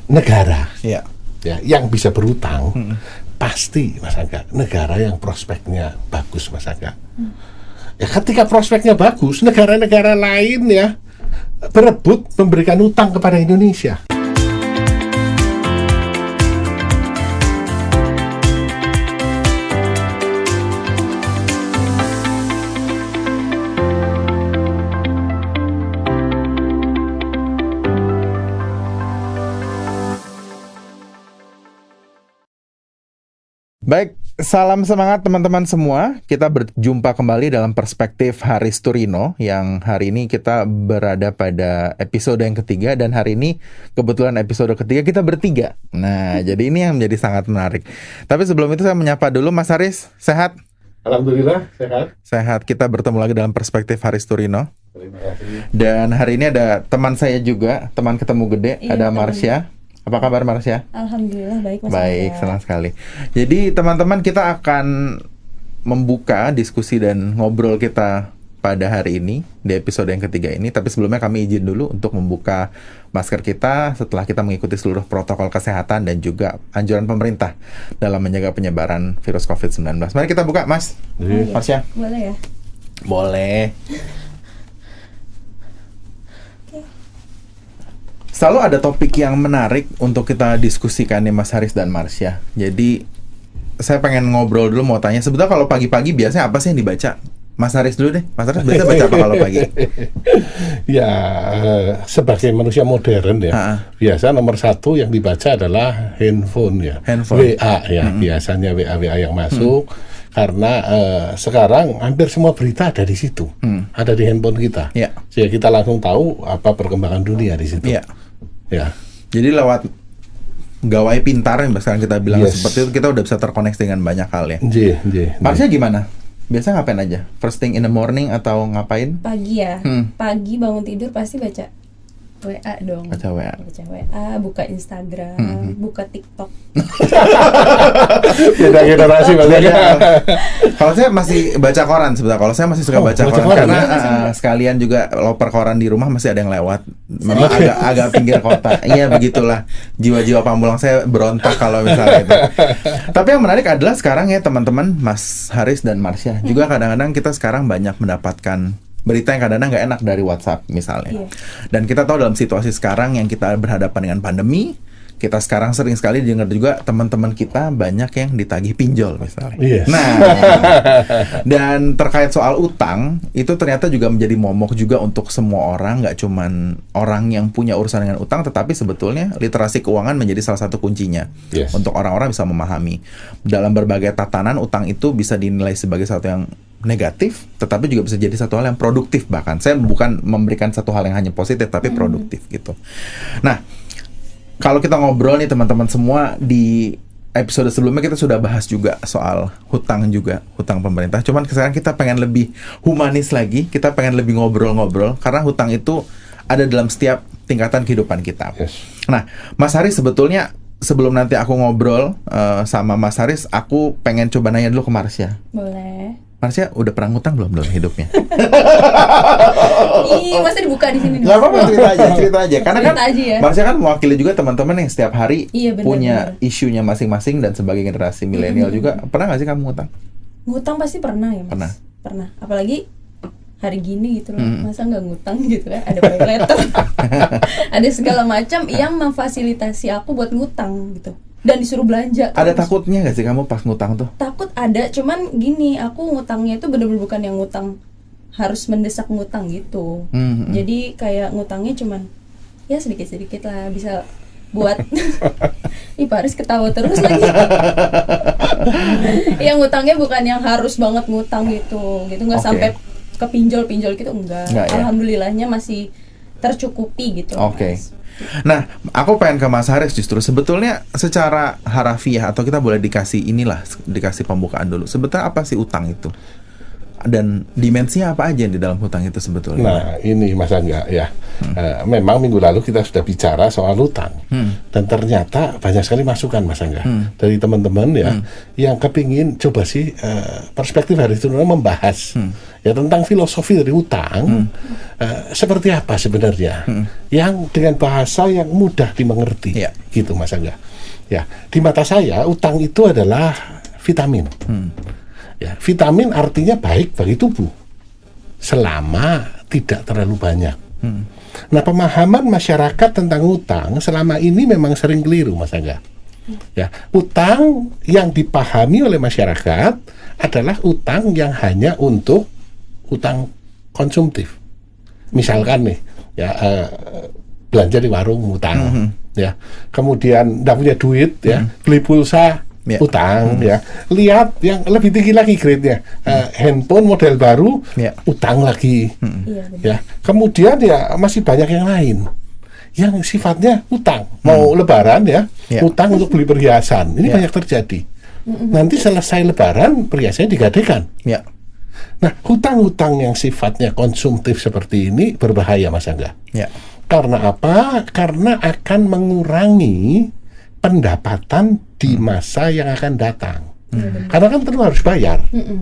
negara Ya. ya yang bisa berutang pasti Mas Angga negara yang prospeknya bagus Mas Angga. Ya ketika prospeknya bagus, negara-negara lain ya berebut memberikan utang kepada Indonesia. Baik, salam semangat teman-teman semua. Kita berjumpa kembali dalam perspektif Haris Turino yang hari ini kita berada pada episode yang ketiga dan hari ini kebetulan episode ketiga kita bertiga. Nah, jadi ini yang menjadi sangat menarik. Tapi sebelum itu saya menyapa dulu Mas Haris, sehat? Alhamdulillah sehat. Sehat, kita bertemu lagi dalam perspektif Haris Turino. Terima kasih. Dan hari ini ada teman saya juga, teman ketemu gede, ada Marsha. Apa kabar Marsha? Alhamdulillah baik Mas. Baik, senang sekali. Jadi teman-teman kita akan membuka diskusi dan ngobrol kita pada hari ini di episode yang ketiga ini. Tapi sebelumnya kami izin dulu untuk membuka masker kita setelah kita mengikuti seluruh protokol kesehatan dan juga anjuran pemerintah dalam menjaga penyebaran virus COVID-19. Mari kita buka, Mas. Marsha. Boleh ya? Boleh. Selalu ada topik yang menarik untuk kita diskusikan nih Mas Haris dan Marsha. Jadi saya pengen ngobrol dulu, mau tanya sebetulnya kalau pagi-pagi biasanya apa sih yang dibaca? Mas Haris dulu deh. Mas Haris biasa baca apa kalau pagi? Ya sebagai manusia modern ya, biasa nomor satu yang dibaca adalah handphone ya, WA ya, biasanya WA yang masuk. Karena sekarang hampir semua berita ada di situ, ada di handphone kita. Jadi kita langsung tahu apa perkembangan dunia di situ. Ya. Jadi lewat gawai pintar yang sekarang kita bilang seperti itu, kita udah bisa terkoneksi dengan banyak hal ya. Marsha gimana? Biasa ngapain aja? First thing in the morning atau ngapain? Pagi ya. Pagi bangun tidur pasti baca WA dong. Baca WA, buka Instagram, buka TikTok. Beda generasi banget. Kalau saya masih baca koran sebentar. Kalau saya masih suka baca koran karena sekalian juga loper koran di rumah masih ada yang lewat. Memang agak pinggir kota. Iya begitulah. Jiwa-jiwa pamulang saya berontak kalau misalnya itu. Tapi yang menarik adalah sekarang ya teman-teman, Mas Haris dan Marsha juga kadang-kadang kita sekarang banyak mendapatkan berita yang kadang-kadang nggak enak dari WhatsApp misalnya. Dan kita tahu dalam situasi sekarang yang kita berhadapan dengan pandemi, kita sekarang sering sekali dengar juga teman-teman kita banyak yang ditagih pinjol misalnya. Nah, dan terkait soal utang, itu ternyata juga menjadi momok juga untuk semua orang, nggak cuman orang yang punya urusan dengan utang, tetapi sebetulnya literasi keuangan menjadi salah satu kuncinya untuk orang-orang bisa memahami. Dalam berbagai tatanan, utang itu bisa dinilai sebagai satu yang negatif, tetapi juga bisa jadi satu hal yang produktif. Bahkan saya bukan memberikan satu hal yang hanya positif, tapi produktif gitu. Nah, kalau kita ngobrol nih teman-teman semua, di episode sebelumnya kita sudah bahas juga soal hutang juga, hutang pemerintah. Cuman sekarang kita pengen lebih humanis lagi, kita pengen lebih ngobrol-ngobrol, karena hutang itu ada dalam setiap tingkatan kehidupan kita. Nah, Mas Haris sebetulnya sebelum nanti aku ngobrol sama Mas Haris, aku pengen coba nanya dulu ke Marsha. Boleh. Marsha udah pernah ngutang belum dalam hidupnya? Masa dibuka di sini? Gak apa-apa, cerita aja. Karena kan ya. Marsha kan mewakili juga teman-teman yang setiap hari punya isunya masing-masing, dan sebagai generasi milenial juga. Pernah gak sih kamu ngutang? Ngutang pasti pernah ya Mas? Pernah. Apalagi hari gini gitu loh, masa nggak ngutang gitu kan? Ada pay letter, ada segala macam yang memfasilitasi aku buat ngutang gitu. Dan disuruh belanja. Ada takutnya gak sih kamu pas ngutang tuh? Takut ada, cuman gini, aku ngutangnya itu bener-bener bukan yang ngutang harus mendesak ngutang gitu. Jadi kayak ngutangnya cuman ya sedikit-sedikit lah, bisa buat Ih Paris ketawa terus lagi. Yang ngutangnya bukan yang harus banget ngutang gitu nggak sampai ke pinjol gitu, enggak ya? Alhamdulillahnya masih tercukupi gitu. Nah, aku pengen ke Mas Haris justru. Sebetulnya secara harafiah, atau kita boleh dikasih pembukaan dulu. Sebetulnya apa sih utang itu? Dan dimensinya apa aja di dalam hutang itu sebetulnya? Nah, ini Mas Angga ya. Memang minggu lalu kita sudah bicara soal hutang. Dan ternyata banyak sekali masukan Mas Angga dari teman-teman ya yang kepingin coba sih perspektif Hari Turunan membahas ya tentang filosofi dari hutang. Seperti apa sebenarnya yang dengan bahasa yang mudah dimengerti. Gitu Mas Angga. Ya, di mata saya utang itu adalah vitamin. Ya, vitamin artinya baik bagi tubuh selama tidak terlalu banyak. Nah, pemahaman masyarakat tentang utang selama ini memang sering keliru, Mas Angga. Ya, utang yang dipahami oleh masyarakat adalah utang yang hanya untuk utang konsumtif. Misalkan nih, ya belanja di warung utang, ya. Kemudian nggak punya duit, ya, beli pulsa. Utang, ya. Lihat yang lebih tinggi lagi grade-nya, handphone model baru, utang lagi, ya. Kemudian ya masih banyak yang lain yang sifatnya utang. Mau Lebaran ya, utang untuk beli perhiasan. Ini banyak terjadi. Nanti selesai Lebaran perhiasannya digadaikan. Nah, hutang-hutang yang sifatnya konsumtif seperti ini berbahaya, Mas Angga. Karena apa? Karena akan mengurangi pendapatan di masa yang akan datang. Karena kan tentu harus bayar.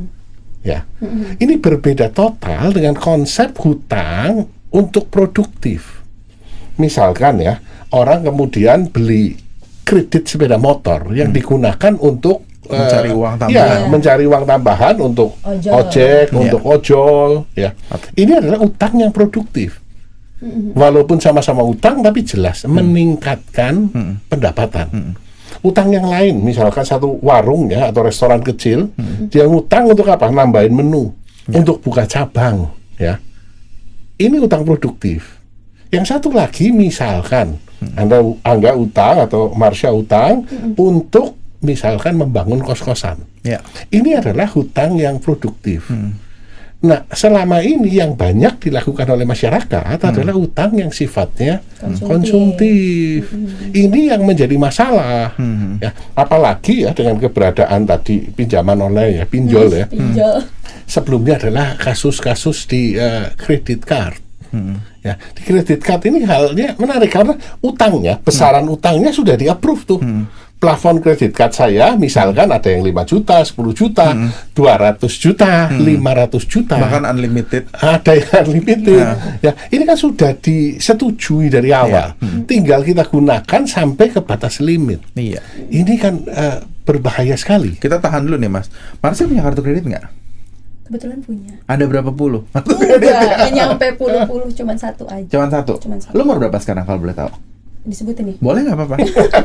Ya. Ini berbeda total dengan konsep hutang untuk produktif. Misalkan ya, orang kemudian beli kredit sepeda motor yang digunakan untuk mencari uang tambahan. Ya, mencari uang tambahan untuk ojek, untuk ojol, ya. Ini adalah utang yang produktif. Walaupun sama-sama utang tapi jelas meningkatkan pendapatan. Utang yang lain, misalkan satu warung ya atau restoran kecil, dia ngutang untuk apa? Nambahin menu, untuk buka cabang, ya. Ini utang produktif. Yang satu lagi misalkan Angga utang atau Marsha utang untuk misalkan membangun kos-kosan. Ini adalah hutang yang produktif. Nah, selama ini yang banyak dilakukan oleh masyarakat adalah utang yang sifatnya konsumtif. Ini yang menjadi masalah. Ya, apalagi ya dengan keberadaan tadi pinjaman online ya, pinjol ya. Sebelumnya adalah kasus-kasus di credit card. Ya, di credit card ini halnya menarik karena utangnya, besaran utangnya sudah di-approve tuh. Plafon kredit card saya misalkan ada yang 5 juta, 10 juta, 200 juta, 500 juta. Bahkan unlimited. Ada yang unlimited. Ya, ini kan sudah disetujui dari awal. Tinggal kita gunakan sampai ke batas limit. Ini kan berbahaya sekali. Kita tahan dulu nih, Mas. Marsha punya kartu kredit nggak? Kebetulan punya. Ada berapa puluh? Enggak nyampe puluh, cuman satu aja. Cuman satu? Lu umur berapa sekarang kalau boleh tahu? Disebutin nih? Boleh, nggak apa-apa.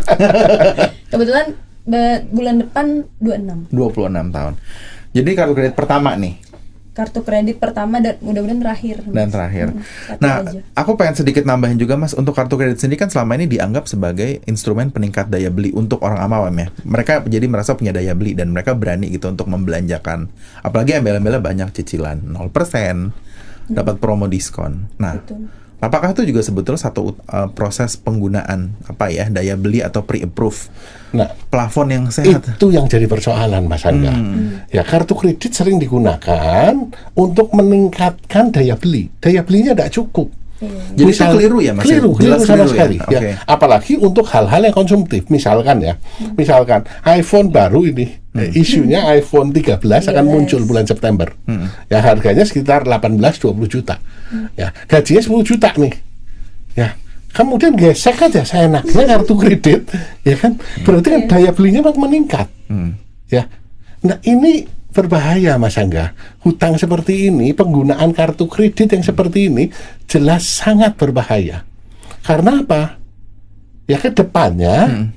Kebetulan bulan depan 26 tahun. Jadi kartu kredit pertama nih. Kartu kredit pertama dan mudah-mudahan terakhir. Dan terakhir. Nah, aku pengen sedikit nambahin juga, Mas. Untuk kartu kredit sendiri kan selama ini dianggap sebagai instrumen peningkat daya beli untuk orang awam ya. Mereka jadi merasa punya daya beli dan mereka berani gitu untuk membelanjakan. Apalagi embel-embelnya banyak cicilan 0%, dapat promo diskon. Nah, apakah itu juga sebetulnya satu proses penggunaan apa ya, daya beli atau pre-approve? Nah, plafon yang sehat. Itu yang jadi persoalan, Mas Angga. Ya, kartu kredit sering digunakan untuk meningkatkan daya beli. Daya belinya tidak cukup. Jadi itu keliru ya, Mas? Keliru sama sekali. Ya. Apalagi untuk hal-hal yang konsumtif. Misalkan ya, misalkan iPhone baru ini, isunya iPhone 13 akan muncul bulan September. Ya, harganya sekitar 18-20 juta. Ya, gajinya 10 juta nih. Ya, kemudian gesek aja seenaknya kartu kredit, ya kan? Berarti kan daya belinya meningkat. Ya. Nah, ini berbahaya, Mas Angga. Hutang seperti ini, penggunaan kartu kredit yang seperti ini jelas sangat berbahaya. Karena apa? Ya, ke depannya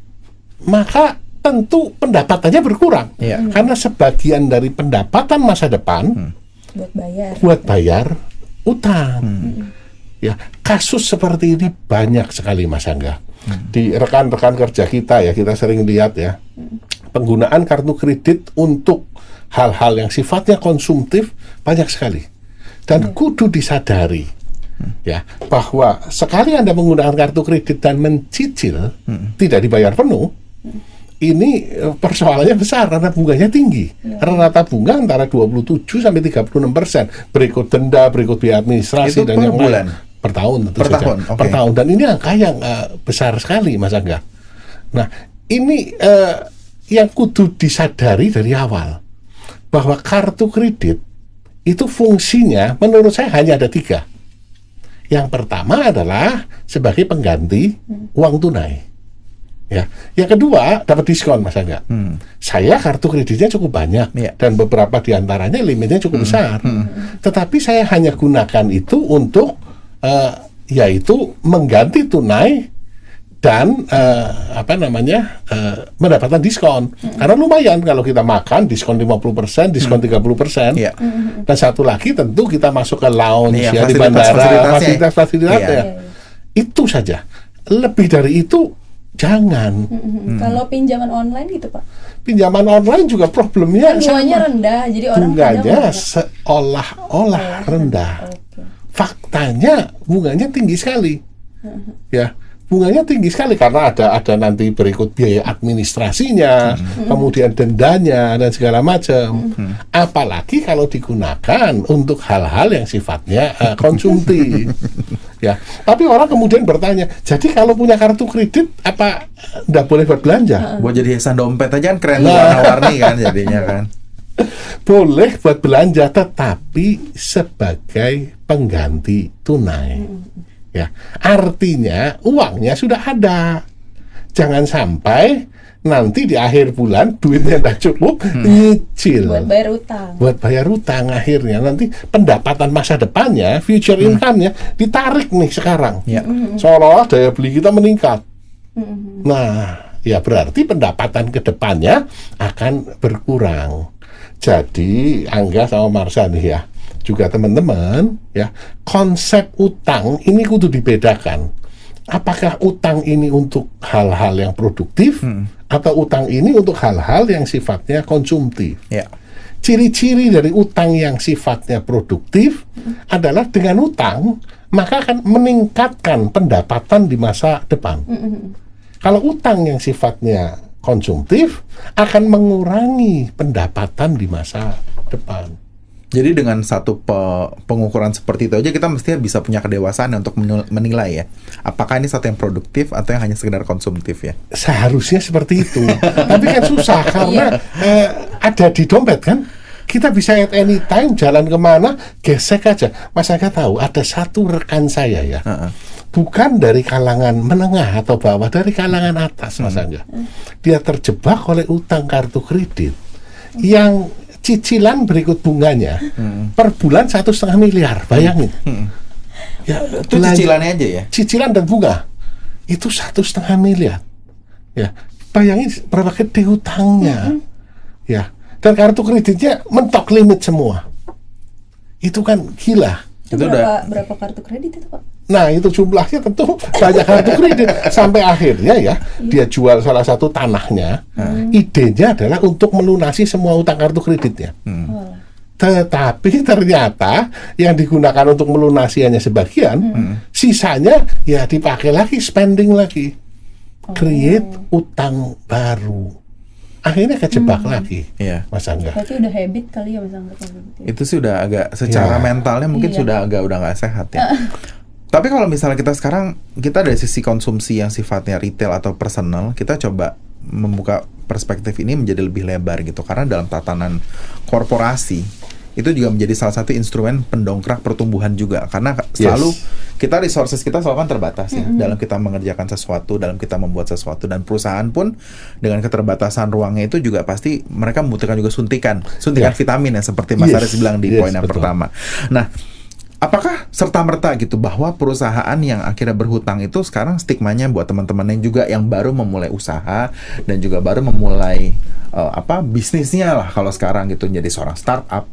maka tentu pendapatannya berkurang. Karena sebagian dari pendapatan masa depan buat bayar utang. Ya, kasus seperti ini banyak sekali, Mas Angga. Di rekan-rekan kerja kita ya, kita sering lihat ya, penggunaan kartu kredit untuk hal-hal yang sifatnya konsumtif banyak sekali. Dan kudu disadari ya, bahwa sekali Anda menggunakan kartu kredit dan mencicil tidak dibayar penuh, ini persoalannya besar karena bunganya tinggi. Rata bunga antara 27 sampai 36%. Berikut denda, berikut biaya administrasi itu dan yang bulan. Per tahun tentu per saja. Tahun, okay. Per tahun, dan ini angka yang besar sekali, Mas Angga. Nah, ini yang kudu disadari dari awal bahwa kartu kredit itu fungsinya menurut saya hanya ada 3. Yang pertama adalah sebagai pengganti uang tunai. Ya, yang kedua dapat diskon, Mas Angga. Saya kartu kreditnya cukup banyak dan beberapa diantaranya limitnya cukup besar. Tetapi saya hanya gunakan itu untuk yaitu mengganti tunai dan mendapatkan diskon. Karena lumayan kalau kita makan diskon 50%, diskon 30%. Dan satu lagi tentu kita masuk ke lounge di bandara, fasilitas-fasilitasnya. Itu saja. Lebih dari itu jangan. Kalau pinjaman online gitu, Pak? Pinjaman online juga problemnya bunganya rendah, jadi orang bunganya seolah-olah rendah. Faktanya bunganya tinggi sekali. Ya, bunganya tinggi sekali karena ada nanti berikut biaya administrasinya, kemudian dendanya dan segala macam. Apalagi kalau digunakan untuk hal-hal yang sifatnya konsumtif. Ya, tapi orang kemudian bertanya, jadi kalau punya kartu kredit apa nggak boleh buat belanja? Buat jadi hiasan dompet aja kan keren, warna-warni kan jadinya kan. Boleh buat belanja, tetapi sebagai pengganti tunai. Ya, artinya uangnya sudah ada. Jangan sampai nanti di akhir bulan duitnya tidak cukup, nyicil buat bayar utang. Akhirnya nanti pendapatan masa depannya, future income-nya ditarik nih sekarang. Seolah-olah daya beli kita meningkat. Nah, ya berarti pendapatan ke depannya akan berkurang. Jadi Angga sama Marsha nih ya, juga teman-teman ya, konsep utang ini kudu dibedakan. Apakah utang ini untuk hal-hal yang produktif atau utang ini untuk hal-hal yang sifatnya konsumtif? Ciri-ciri dari utang yang sifatnya produktif adalah dengan utang maka akan meningkatkan pendapatan di masa depan. Kalau utang yang sifatnya konsumtif akan mengurangi pendapatan di masa depan. Jadi dengan satu pengukuran seperti itu aja kita mestinya bisa punya kedewasaan untuk menilai ya, apakah ini satu yang produktif atau yang hanya sekedar konsumtif ya. Seharusnya seperti itu. Tapi kan susah karena ada di dompet kan. Kita bisa at any time jalan kemana gesek aja. Mas Angga tahu ada satu rekan saya ya, bukan dari kalangan menengah atau bawah, dari kalangan atas, Mas Angga. Dia terjebak oleh utang kartu kredit yang cicilan berikut bunganya per bulan 1,5 miliar, bayangin. Ya, itu cicilannya aja ya? Cicilan dan bunga itu 1,5 miliar. Ya, bayangin berapa gede hutangnya. Ya, dan kartu kreditnya mentok limit semua. Itu kan gila. Itu berapa kartu kredit itu, Pak? Nah, itu jumlahnya tentu banyak kartu kredit. Sampai akhirnya ya, dia jual salah satu tanahnya. Idenya adalah untuk melunasi semua utang kartu kreditnya. Tetapi ternyata yang digunakan untuk melunasi hanya sebagian, sisanya ya dipakai lagi, spending lagi. Create utang baru. Akhirnya kejebak lagi, Mas Angga. Berarti udah habit kali ya, Mas Angga. Itu sih udah agak secara mentalnya mungkin sudah nggak sehat ya. Tapi kalau misalnya kita sekarang, kita dari sisi konsumsi yang sifatnya retail atau personal, kita coba membuka perspektif ini menjadi lebih lebar gitu. Karena dalam tatanan korporasi, itu juga menjadi salah satu instrumen pendongkrak pertumbuhan juga. Karena selalu, kita resources kita selalu kan terbatas ya. Dalam kita mengerjakan sesuatu, dalam kita membuat sesuatu. Dan perusahaan pun dengan keterbatasan ruangnya itu juga pasti mereka membutuhkan juga suntikan vitamin ya. Seperti Mas Aris bilang di poin yang pertama. Nah, apakah serta-merta gitu bahwa perusahaan yang akhirnya berhutang itu sekarang stigmanya buat teman-teman yang juga yang baru memulai usaha dan juga baru memulai bisnisnya lah kalau sekarang gitu, jadi seorang startup,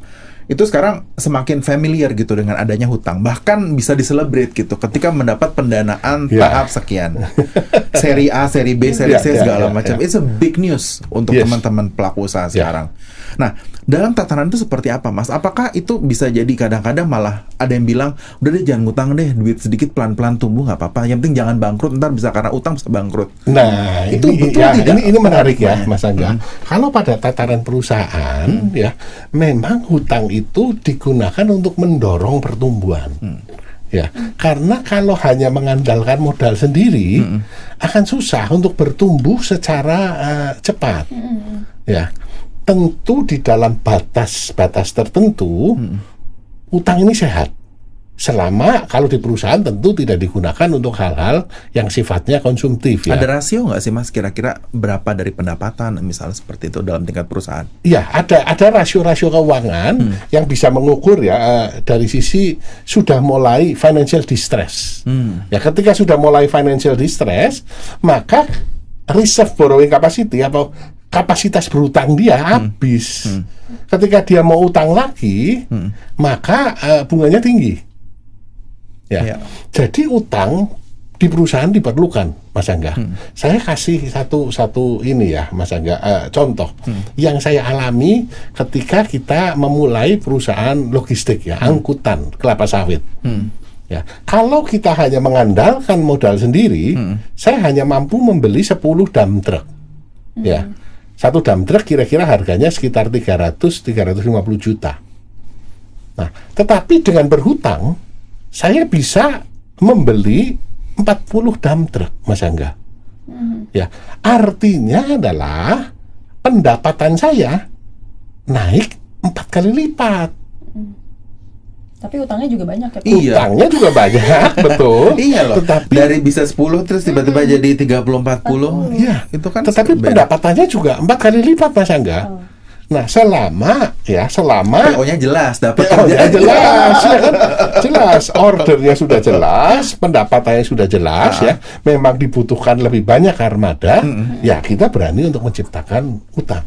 itu sekarang semakin familiar gitu dengan adanya hutang, bahkan bisa diselebrate gitu ketika mendapat pendanaan tahap sekian, seri A, seri B, seri C segala macam. It's a big news untuk teman-teman pelaku usaha sekarang. Nah, dalam tatanan itu seperti apa, Mas? Apakah itu bisa jadi kadang-kadang malah ada yang bilang, udah deh jangan ngutang deh, duit sedikit pelan-pelan tumbuh nggak apa-apa, yang penting jangan bangkrut, ntar bisa karena utang bisa bangkrut. Nah, itu betul tidak? Ini menarik ya, Mas Angga. Kalau pada tataran perusahaan ya, memang hutang itu digunakan untuk mendorong pertumbuhan. Ya, karena kalau hanya mengandalkan modal sendiri akan susah untuk bertumbuh secara cepat. Ya, tentu di dalam batas-batas tertentu utang ini sehat. Selama kalau di perusahaan tentu tidak digunakan untuk hal-hal yang sifatnya konsumtif ya. Ada rasio nggak sih, Mas, kira-kira berapa dari pendapatan misalnya seperti itu dalam tingkat perusahaan? Iya, ada rasio-rasio keuangan yang bisa mengukur ya dari sisi sudah mulai financial distress. Ya, ketika sudah mulai financial distress, maka reserve borrowing capacity atau kapasitas berutang dia habis. Ketika dia mau utang lagi, maka bunganya tinggi. Ya. Jadi utang di perusahaan diperlukan, Mas Angga. Saya kasih satu ini ya, Mas Angga, contoh yang saya alami ketika kita memulai perusahaan logistik ya, angkutan kelapa sawit. Ya, kalau kita hanya mengandalkan modal sendiri, saya hanya mampu membeli 10 dump truck. Ya. Satu dump truck kira-kira harganya sekitar 300-350 juta. Nah, tetapi dengan berhutang saya bisa membeli 40 dump truck, Mas Angga. Ya, artinya adalah pendapatan saya naik 4 kali lipat. Tapi utangnya juga banyak ya. Utangnya juga banyak, betul. Iya loh. Tetapi dari bisa 10 terus tiba-tiba jadi 30-40. Iya, itu kan. Tetapi pendapatannya juga 4 kali lipat, Mas Angga. Nah, selama PO-nya jelas, dapat PO-nya jelas, ya kan? Jelas, ordernya sudah jelas, pendapatannya sudah jelas, ya. Memang dibutuhkan lebih banyak armada, ya kita berani untuk menciptakan utang.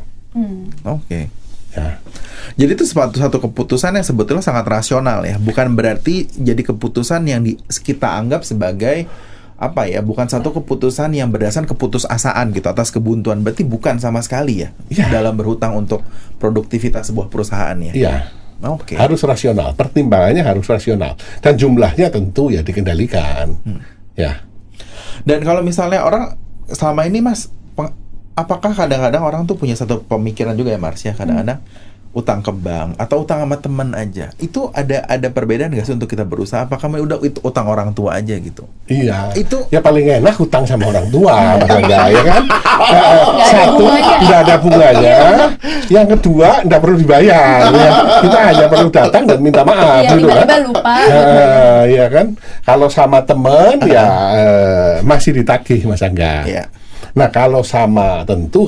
Oke. Ya. Jadi itu satu keputusan yang sebetulnya sangat rasional ya, bukan berarti jadi keputusan yang kita anggap sebagai apa ya, bukan satu keputusan yang berdasarkan keputusasaan gitu atas kebuntuan, berarti bukan sama sekali ya, dalam berhutang untuk produktivitas sebuah perusahaan ya. Iya. Oke. Harus rasional, pertimbangannya harus rasional dan jumlahnya tentu ya dikendalikan. Ya. Dan kalau misalnya orang selama ini, Mas, apakah kadang-kadang orang tuh punya satu pemikiran juga ya, Mars ya, kadang-kadang utang ke bank atau utang sama teman aja, itu ada perbedaan nggak sih untuk kita berusaha? Apakah udah itu utang orang tua aja gitu? Iya. Itu ya paling enak utang sama orang tua, enggak ya kan? Satu, tidak ada bunganya. Yang kedua, tidak perlu dibayar. Ya. Kita hanya perlu datang dan minta maaf, gitu kan? Lupa. Iya kan? Kalau sama teman ya masih ditagih, Mas Angga. Iya. Nah, kalau sama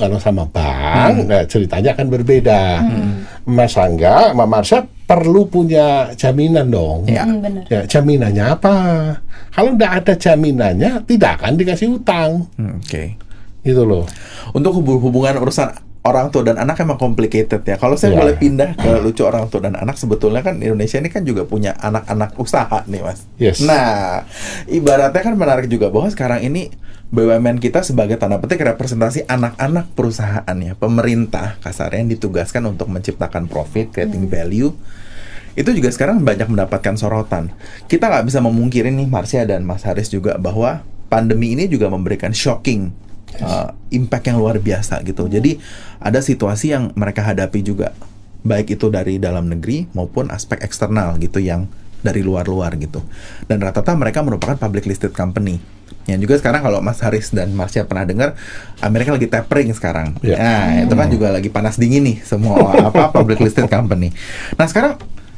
bank, ceritanya akan berbeda. Mas Angga, Mbak Marsha perlu punya jaminan dong. Ya. Benar. Ya, jaminannya apa? Kalau tidak ada jaminannya, tidak akan dikasih utang. Oke. Gitu loh. Untuk hubungan urusan orang tua dan anak emang complicated ya. Kalau saya boleh pindah ke lucu orang tua dan anak, sebetulnya kan Indonesia ini kan juga punya anak-anak usaha nih, Mas. Yes. Nah, ibaratnya kan menarik juga bahwa sekarang ini BUMN kita sebagai tanda petik representasi anak-anak perusahaan ya. Pemerintah kasarnya yang ditugaskan untuk menciptakan profit, creating value. Itu juga sekarang banyak mendapatkan sorotan. Kita nggak bisa memungkiri nih, Marsha dan Mas Haris juga, bahwa pandemi ini juga memberikan shocking impact yang luar biasa gitu. Jadi ada situasi yang mereka hadapi juga, baik itu dari dalam negeri maupun aspek eksternal gitu, yang dari luar-luar gitu. Dan rata-rata mereka merupakan public listed company. Yang juga sekarang kalau Mas Haris dan Marsha pernah dengar, Amerika lagi tapering sekarang. Nah, itu kan juga lagi panas dingin nih semua public listed company. Nah, sekarang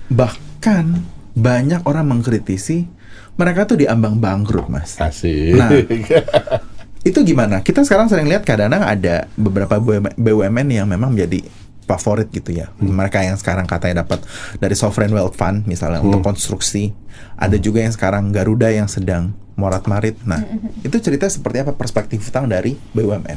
bahkan banyak orang mengkritisi mereka tuh diambang bangkrut, Mas. Asik. Nah, itu gimana? Kita sekarang sering lihat kadang-kadang ada beberapa BUMN yang memang menjadi favorit gitu ya. Mereka yang sekarang katanya dapat dari Sovereign Wealth Fund misalnya untuk konstruksi. Ada juga yang sekarang Garuda yang sedang morat-marit. Nah, itu cerita seperti apa perspektif utang dari BUMN?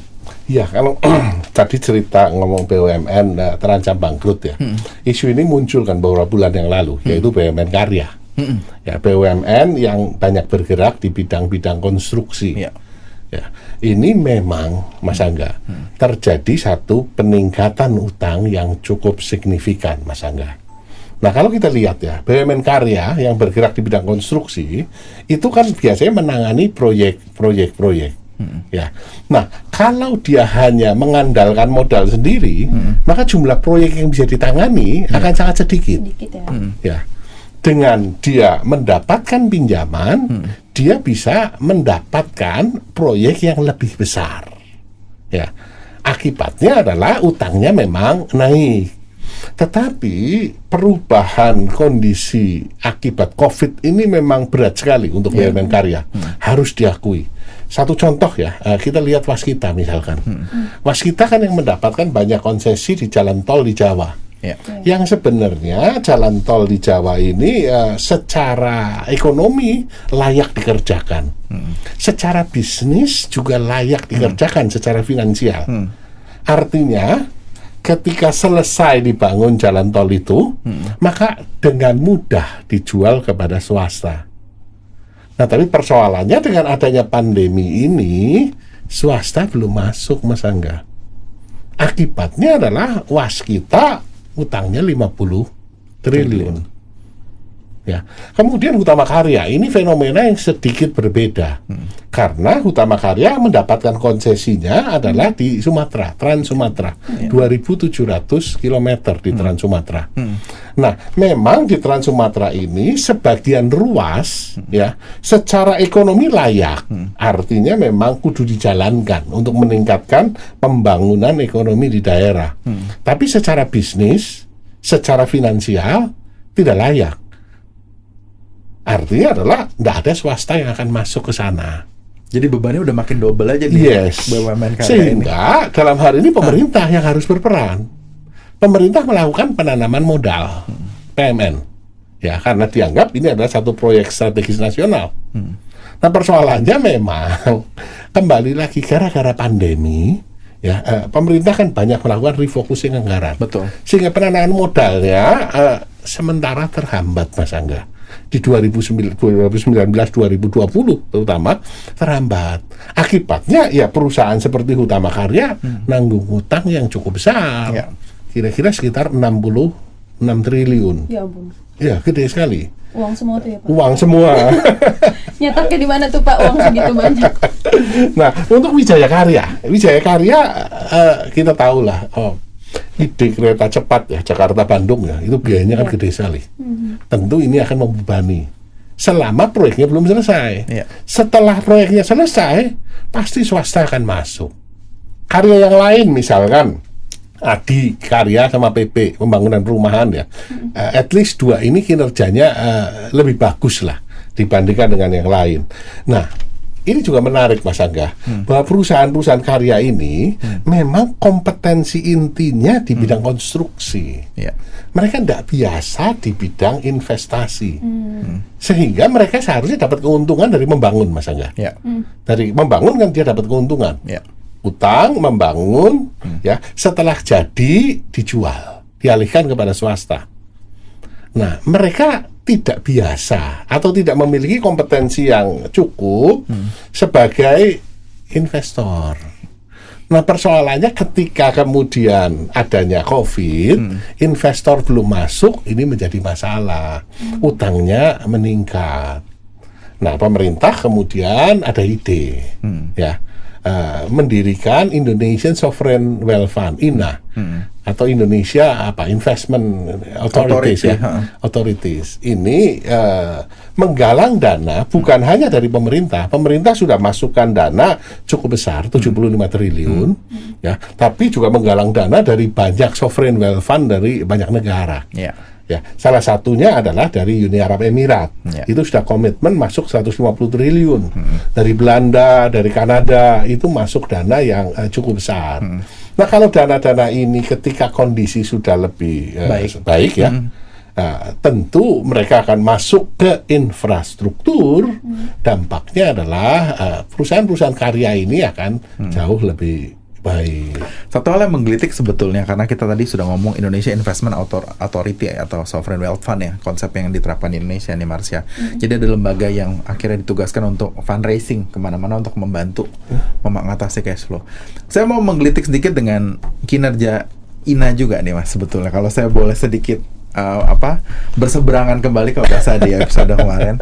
Ya, kalau tadi cerita ngomong BUMN terancam bangkrut ya. Isu ini muncul kan beberapa bulan yang lalu, yaitu BUMN karya. Ya, BUMN yang banyak bergerak di bidang-bidang konstruksi. Ya, ini memang Mas Angga terjadi satu peningkatan utang yang cukup signifikan, Mas Angga. Nah, kalau kita lihat ya, BUMN karya yang bergerak di bidang konstruksi itu kan biasanya menangani proyek-proyek. Ya, nah kalau dia hanya mengandalkan modal sendiri, maka jumlah proyek yang bisa ditangani akan sangat sedikit. Ya, dengan dia mendapatkan pinjaman, dia bisa mendapatkan proyek yang lebih besar. Ya, akibatnya adalah utangnya memang naik. Tetapi perubahan kondisi akibat COVID ini memang berat sekali untuk BUMN karya, harus diakui. Satu contoh ya, kita lihat Waskita misalkan. Waskita kan yang mendapatkan banyak konsesi di jalan tol di Jawa. Yang sebenarnya jalan tol di Jawa ini secara ekonomi layak dikerjakan, secara bisnis juga layak dikerjakan secara finansial. Artinya ketika selesai dibangun jalan tol itu, maka dengan mudah dijual kepada swasta. Nah, tapi persoalannya dengan adanya pandemi ini, swasta belum masuk, Mas Angga. Akibatnya adalah Waskita utangnya 50 triliun. Ya. Kemudian Hutama Karya, ini fenomena yang sedikit berbeda. Karena Hutama Karya mendapatkan konsesinya adalah di Sumatera, Trans Sumatera, 2.700 km di Trans Sumatera. Nah, memang di Trans Sumatera ini sebagian ruas ya secara ekonomi layak. Artinya memang kudu dijalankan untuk meningkatkan pembangunan ekonomi di daerah. Tapi secara bisnis, secara finansial tidak layak. Artinya adalah tidak ada swasta yang akan masuk ke sana. Jadi bebannya udah makin double aja nih. Yes. Sehingga dalam hal ini pemerintah yang harus berperan. Pemerintah melakukan penanaman modal PMN. Ya, karena dianggap ini adalah satu proyek strategis nasional. Nah, persoalannya memang kembali lagi gara-gara pandemi, ya, pemerintah kan banyak melakukan refocusing anggaran. Betul. Sehingga penanaman modalnya sementara terhambat, Mas Angga. Di 2019-2020 terutama terhambat. Akibatnya ya perusahaan seperti Hutama Karya nanggung hutang yang cukup besar. Ya. Kira-kira sekitar 66 triliun. Ya ampun. Ya, gede sekali. Uang semua tuh ya, Pak? Uang semua. Nyetaknya di mana tuh, Pak, uang segitu banyak? Nah, untuk Wijaya Karya kita tahu lah, ide kereta cepat ya Jakarta-Bandung ya, itu biayanya kan gede sekali. Tentu ini akan membebani selama proyeknya belum selesai. Setelah proyeknya selesai, pasti swasta akan masuk. Karya yang lain misalkan Adi Karya sama PP pembangunan perumahan ya, at least dua ini kinerjanya lebih bagus lah dibandingkan dengan yang lain. Nah, ini juga menarik, Mas Angga, bahwa perusahaan-perusahaan karya ini memang kompetensi intinya di bidang konstruksi. Mereka tidak biasa di bidang investasi, sehingga mereka seharusnya dapat keuntungan dari membangun, Mas Angga. Dari membangun kan dia dapat keuntungan. Utang, membangun, ya, setelah jadi dijual, dialihkan kepada swasta. Nah, mereka tidak biasa atau tidak memiliki kompetensi yang cukup sebagai investor. Nah, persoalannya ketika kemudian adanya COVID, investor belum masuk, ini menjadi masalah. Utangnya meningkat. Nah, pemerintah kemudian ada ide, ya, mendirikan Indonesian Sovereign Wealth Fund (INA) atau Indonesia Investment Authorities Authorities. Ini menggalang dana bukan hanya dari pemerintah. Pemerintah sudah masukkan dana cukup besar 75 triliun ya, tapi juga menggalang dana dari banyak sovereign wealth fund dari banyak negara. Ya, salah satunya adalah dari Uni Arab Emirat. Itu sudah komitmen masuk 150 triliun. Dari Belanda, dari Kanada, itu masuk dana yang cukup besar. Nah, kalau dana-dana ini ketika kondisi sudah lebih baik ya, tentu mereka akan masuk ke infrastruktur. Dampaknya adalah perusahaan-perusahaan karya ini akan jauh lebih Baik. Satu hal yang menggelitik sebetulnya, karena kita tadi sudah ngomong Indonesia Investment Authority atau Sovereign Wealth Fund ya, konsep yang diterapkan di Indonesia nih Marsha. Jadi ada lembaga yang akhirnya ditugaskan untuk fundraising kemana-mana untuk membantu mengatasi cash flow. Saya mau menggelitik sedikit dengan kinerja INA juga nih Mas sebetulnya. Kalau saya boleh sedikit berseberangan kembali ke bahasa di episode kemarin.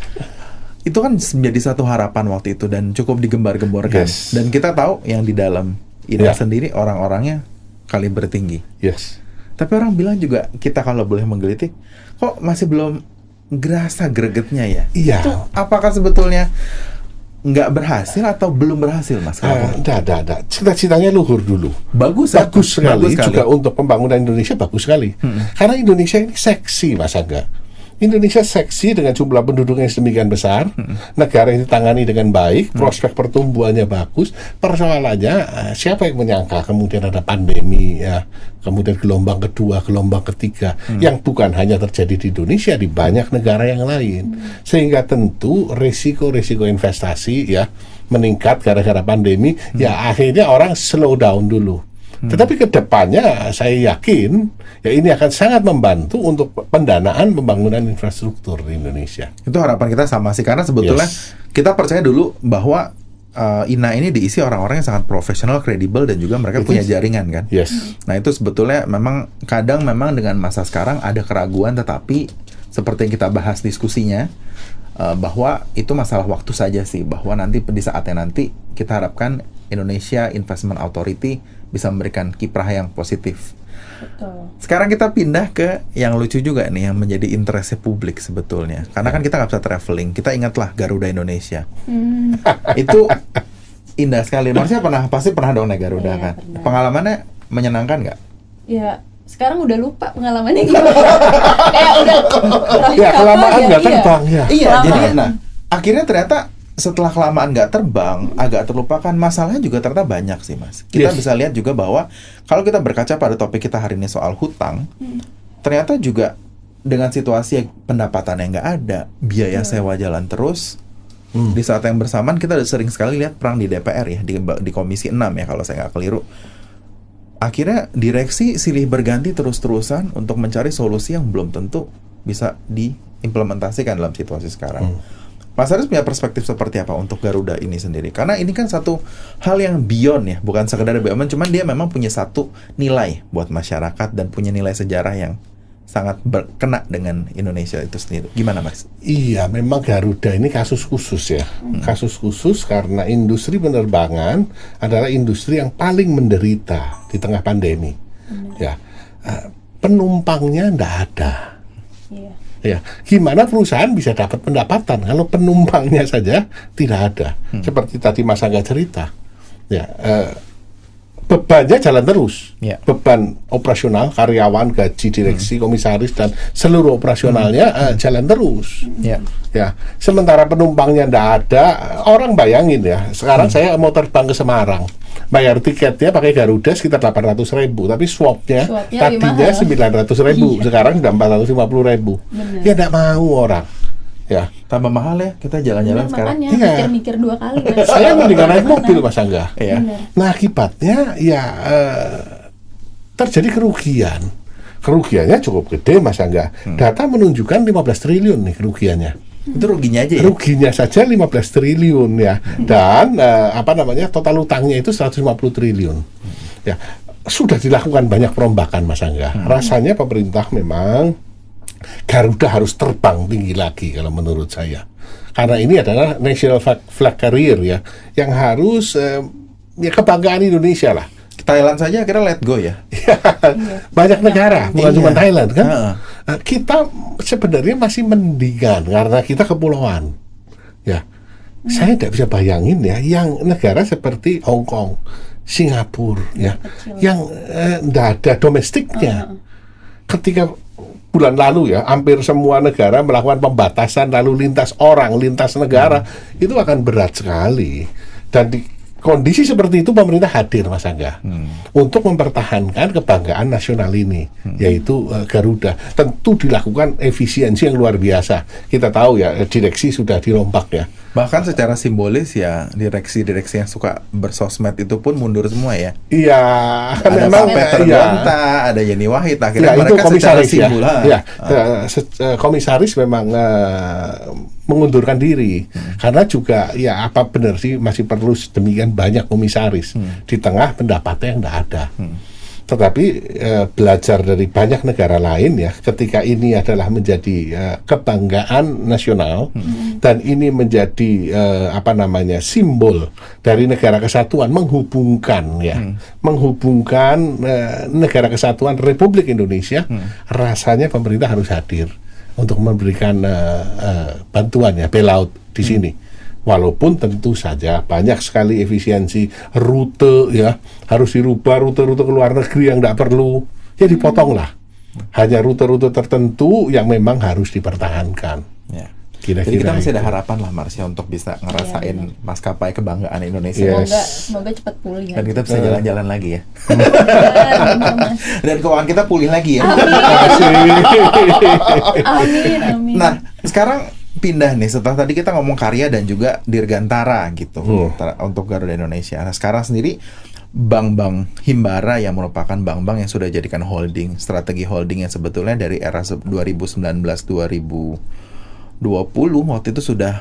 Itu kan menjadi satu harapan waktu itu dan cukup digembar-gemborkan. Yes. Dan kita tahu yang di dalam INA sendiri orang-orangnya kaliber tinggi. Yes. Tapi orang bilang juga, kita kalau boleh menggelitik, kok masih belum gerasa gregetnya ya? Iya. Itu apakah sebetulnya nggak berhasil atau belum berhasil, Mas? Tidak. Cita-citanya luhur dulu. Bagus sekali. Juga untuk pembangunan Indonesia bagus sekali. Karena Indonesia ini seksi, Mas Angga. Indonesia seksi dengan jumlah penduduk yang sedemikian besar, negara yang ditangani dengan baik, prospek pertumbuhannya bagus. Persoalannya siapa yang menyangka kemudian ada pandemi ya, kemudian gelombang kedua, gelombang ketiga yang bukan hanya terjadi di Indonesia, di banyak negara yang lain. Sehingga tentu risiko-risiko investasi ya meningkat gara-gara pandemi, ya akhirnya orang slow down dulu. Tetapi kedepannya saya yakin ya ini akan sangat membantu untuk pendanaan pembangunan infrastruktur di Indonesia. Itu harapan kita sama sih, karena sebetulnya kita percaya dulu bahwa INA ini diisi orang-orang yang sangat profesional, kredibel, dan juga mereka punya jaringan kan. Nah itu sebetulnya memang kadang memang dengan masa sekarang ada keraguan, tetapi seperti yang kita bahas diskusinya bahwa itu masalah waktu saja sih, bahwa nanti di saatnya nanti kita harapkan Indonesia Investment Authority bisa memberikan kiprah yang positif. Betul. Sekarang kita pindah ke yang lucu juga nih, yang menjadi interest publik sebetulnya. Karena kan kita nggak bisa traveling. Kita ingatlah Garuda Indonesia. Itu indah sekali. Marsha pasti pernah dong naik Garuda kan? Pernah. Pengalamannya menyenangkan nggak? Ya, sekarang udah lupa pengalamannya gimana. Udah kelamaan nggak terbang ya. Iya, jadi akhirnya ternyata setelah kelamaan nggak terbang, agak terlupakan. Masalahnya juga ternyata banyak sih Mas. Kita bisa lihat juga bahwa kalau kita berkaca pada topik kita hari ini soal hutang, ternyata juga dengan situasi pendapatan yang nggak ada, biaya sewa jalan terus. Di saat yang bersamaan kita udah sering sekali lihat perang di DPR ya, di Komisi 6 ya kalau saya nggak keliru. Akhirnya direksi silih berganti terus-terusan untuk mencari solusi yang belum tentu bisa diimplementasikan dalam situasi sekarang. Mas Haris punya perspektif seperti apa untuk Garuda ini sendiri? Karena ini kan satu hal yang beyond ya, bukan sekedar BUMN, cuman dia memang punya satu nilai buat masyarakat dan punya nilai sejarah yang sangat berkena dengan Indonesia itu sendiri. Gimana Mas? Iya, memang Garuda ini kasus khusus ya. Kasus khusus karena industri penerbangan adalah industri yang paling menderita di tengah pandemi. Ya, penumpangnya nggak ada. Ya, gimana perusahaan bisa dapat pendapatan kalau penumpangnya saja tidak ada? Seperti tadi Mas Angga cerita, ya bebannya jalan terus, beban operasional karyawan, gaji direksi, komisaris dan seluruh operasionalnya jalan terus. Ya, sementara penumpangnya tidak ada, orang bayangin ya. Sekarang saya mau terbang ke Semarang, bayar tiketnya pakai Garuda sekitar 800.000, tapi swapnya tadinya 900.000, sekarang sudah 450.000. Ya tidak mau orang. Ya, tambah mahal ya kita jalan-jalan sekarang. Mikir-mikir 2 kali. Saya mendingan naik mobil Mas Angga. Nah akibatnya ya terjadi kerugian. Kerugiannya cukup gede Mas Angga. Data menunjukkan 15 triliun nih kerugiannya. Itu ruginya aja ya? Ruginya saja 15 triliun ya. Dan total utangnya itu 150 triliun. Ya, sudah dilakukan banyak perombakan Mas Angga. Rasanya pemerintah memang Garuda harus terbang tinggi lagi kalau menurut saya. Karena ini adalah national flag carrier ya, yang harus ya kebanggaan Indonesia lah. Thailand saja akhirnya let go ya. Banyak negara, bukan cuma Thailand kan. Kita sebenarnya masih mendingan karena kita kepulauan. Ya, saya tidak bisa bayangin ya, yang negara seperti Hong Kong, Singapura, ya, yang tidak ada domestiknya. Ketika bulan lalu ya, hampir semua negara melakukan pembatasan lalu lintas orang, lintas negara, itu akan berat sekali. Dan kondisi seperti itu pemerintah hadir, Mas Angga, untuk mempertahankan kebanggaan nasional ini, yaitu Garuda. Tentu dilakukan efisiensi yang luar biasa. Kita tahu ya, direksi sudah dirombak ya. Bahkan secara simbolis ya, direksi-direksi yang suka bersosmed itu pun mundur semua ya. Iya, ada Pak Peter Gonta, ada Yeni Wahid, akhirnya ya, mereka secara simbol komisaris memang mengundurkan diri karena juga ya apa benar sih masih perlu demikian banyak komisaris di tengah pendapatnya yang tidak ada. Tetapi belajar dari banyak negara lain ya, ketika ini adalah menjadi kebanggaan nasional dan ini menjadi simbol dari negara kesatuan, menghubungkan negara kesatuan Republik Indonesia, rasanya pemerintah harus hadir untuk memberikan bantuan ya, bailout di sini. Walaupun tentu saja banyak sekali efisiensi rute ya, harus dirubah rute-rute ke luar negeri yang tidak perlu, ya dipotonglah. Hanya rute-rute tertentu yang memang harus dipertahankan. Ya. Jadi kita masih ada harapan lah, Marsya, untuk bisa ngerasain maskapai kebanggaan Indonesia. Semoga cepat pulih. Dan kita bisa jalan-jalan lagi ya. Dan keuangan kita pulih lagi ya. Amin. Nah, sekarang pindah nih, setelah tadi kita ngomong karya dan juga dirgantara gitu untuk Garuda Indonesia. Nah, sekarang sendiri bank-bank Himbara yang merupakan bank-bank yang sudah jadikan holding, strategi holding yang sebetulnya dari era 2019-2020 waktu itu sudah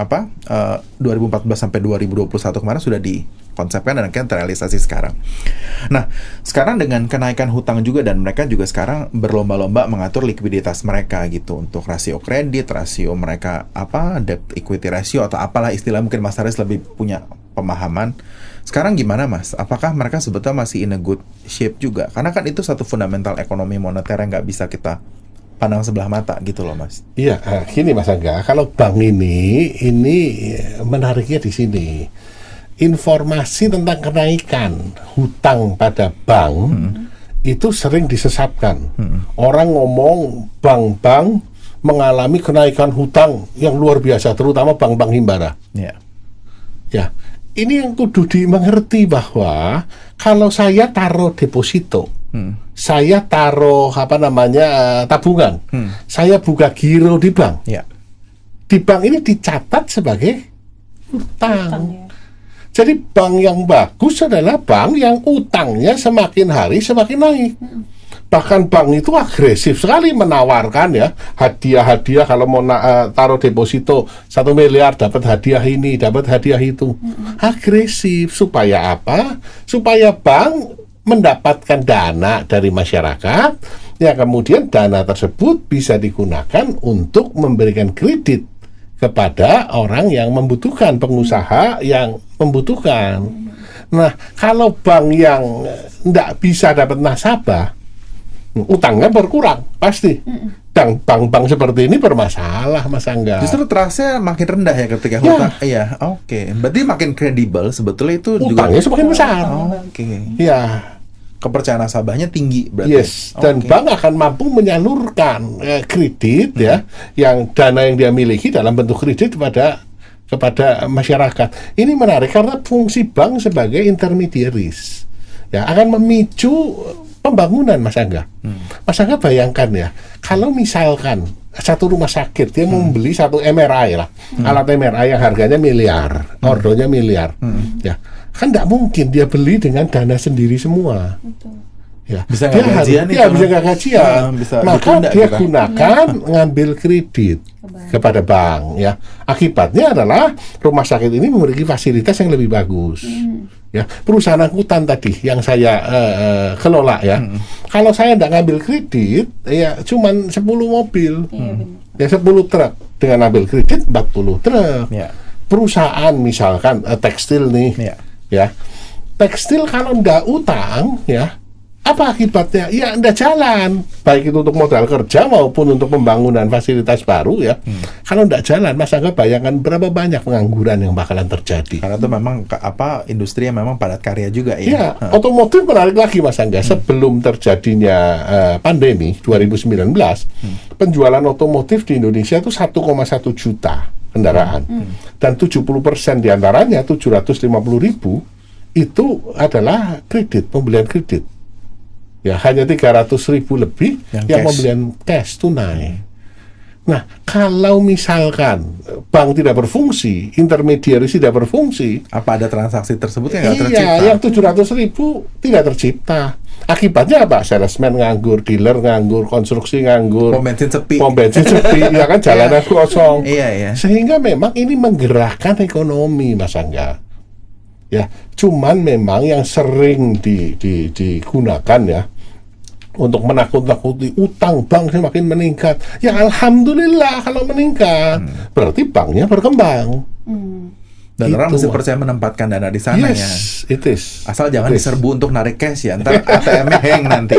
2014 sampai 2021 kemarin sudah dikonsepkan dan akan terrealisasi sekarang. Nah, sekarang dengan kenaikan hutang juga, dan mereka juga sekarang berlomba-lomba mengatur likuiditas mereka gitu, untuk rasio kredit, rasio mereka debt equity ratio atau apalah istilah, mungkin Mas Haris lebih punya pemahaman. Sekarang gimana, Mas? Apakah mereka sebetulnya masih in a good shape juga? Karena kan itu satu fundamental ekonomi moneter yang nggak bisa kita pandang sebelah mata gitu loh, Mas. Iya, gini Mas Angga, kalau bank ini menariknya di sini. Informasi tentang kenaikan hutang pada bank itu sering disesatkan. Orang ngomong bank-bank mengalami kenaikan hutang yang luar biasa, terutama bank-bank Himbara. Ya. Ini yang kudu dimengerti bahwa kalau saya taruh deposito, saya taruh tabungan, saya buka giro di bank. Di bank ini dicatat sebagai hutang. Jadi bank yang bagus adalah bank yang utangnya semakin hari semakin naik. Bahkan bank itu agresif sekali menawarkan ya hadiah-hadiah. Kalau mau taruh deposito 1 miliar dapat hadiah ini, dapat hadiah itu. Agresif supaya apa? Supaya bank mendapatkan dana dari masyarakat, ya kemudian dana tersebut bisa digunakan untuk memberikan kredit kepada orang yang membutuhkan, pengusaha yang membutuhkan. Nah, kalau bank yang tidak bisa dapat nasabah, utangnya berkurang pasti. Dan bank-bank seperti ini bermasalah, Mas Angga. Justru terasa makin rendah ya ketika hutang. Iya, oke. Berarti makin kredibel sebetulnya itu utangnya juga semakin besar. Oke. Iya. Kepercayaan nasabahnya tinggi berarti. Yes, dan bank akan mampu menyalurkan kredit ya, yang dana yang dia miliki dalam bentuk kredit kepada masyarakat. Ini menarik karena fungsi bank sebagai intermediaries ya akan memicu pembangunan, Mas Angga. Mas Angga bayangkan ya, kalau misalkan satu rumah sakit dia mau membeli satu MRI lah, alat MRI yang harganya miliar, ordonya miliar, ya kan tidak mungkin dia beli dengan dana sendiri semua. Ya, bisa nggak gajian nih? Bisa nggak gajian. Maka dia gunakan ngambil kredit kepada bank. Ya, akibatnya adalah rumah sakit ini memiliki fasilitas yang lebih bagus. Ya, perusahaan angkutan tadi yang saya kelola ya. Kalau saya tidak ngambil kredit, ya cuman 10 mobil, ya 10 truk. Dengan ngambil kredit 40 truk. Perusahaan misalkan tekstil nih. Ya, tekstil kalau ndak utang, ya apa akibatnya? Ya ndak jalan, baik itu untuk modal kerja maupun untuk pembangunan fasilitas baru ya. Kalau ndak jalan, Mas Angga bayangkan berapa banyak pengangguran yang bakalan terjadi. Karena itu memang industri yang memang padat karya juga ya. Ya, otomotif menarik lagi, Mas Angga. Sebelum terjadinya pandemi 2019, penjualan otomotif di Indonesia itu 1,1 juta kendaraan. Dan 70% diantaranya 750.000 itu adalah kredit, pembelian kredit. Ya, hanya 300.000 lebih yang pembelian cash tunai. Nah, kalau misalkan bank tidak berfungsi, intermediary tidak berfungsi, apa ada transaksi tersebut yang nggak tercipta? Iya, yang 700.000 tidak tercipta. Akibatnya apa? Salesman nganggur, dealer nganggur, konstruksi nganggur, pom bensin sepi, ya kan, jalanan kosong. Iya. Sehingga memang ini menggerakkan ekonomi, Mas Angga. Ya, cuman memang yang sering digunakan ya untuk menakut-nakuti utang bank semakin meningkat. Ya alhamdulillah kalau meningkat, berarti banknya berkembang. Dan itu, orang mesti percaya menempatkan dana di sana. Yes, it is. Asal jangan diserbu untuk narik cash ya, ntar ATM-nya hang nanti.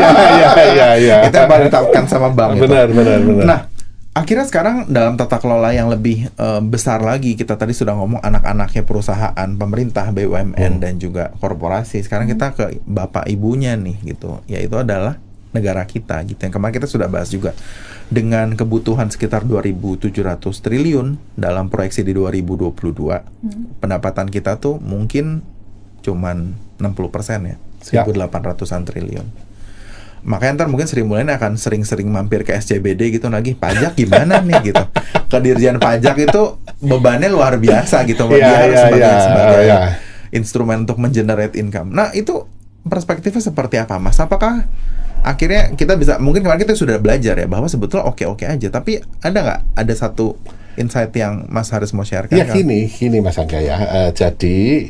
Ya. Itu yang baru ditetapkan sama bank. Benar. Nah, akhirnya sekarang dalam tata kelola yang lebih besar lagi, kita tadi sudah ngomong anak-anaknya perusahaan, pemerintah, BUMN dan juga korporasi. Sekarang kita ke bapak ibunya nih gitu, yaitu adalah negara kita gitu. Yang kemarin kita sudah bahas juga, dengan kebutuhan sekitar 2.700 triliun dalam proyeksi di 2022, pendapatan kita tuh mungkin cuman 60% ya, 1.800-an triliun. Makanya ntar mungkin Sri Mulyani akan sering-sering mampir ke SCBD gitu lagi, pajak gimana nih gitu. Ke Dirjen Pajak itu bebannya luar biasa gitu, dia harus sebagai instrumen untuk mengenerate income. Nah itu perspektifnya seperti apa, Mas? Apakah akhirnya kita bisa, mungkin kemarin kita sudah belajar ya bahwa sebetulnya oke-oke aja, tapi ada satu insight yang Mas Haris mau sharekan? Ya gini Mas Angga ya, jadi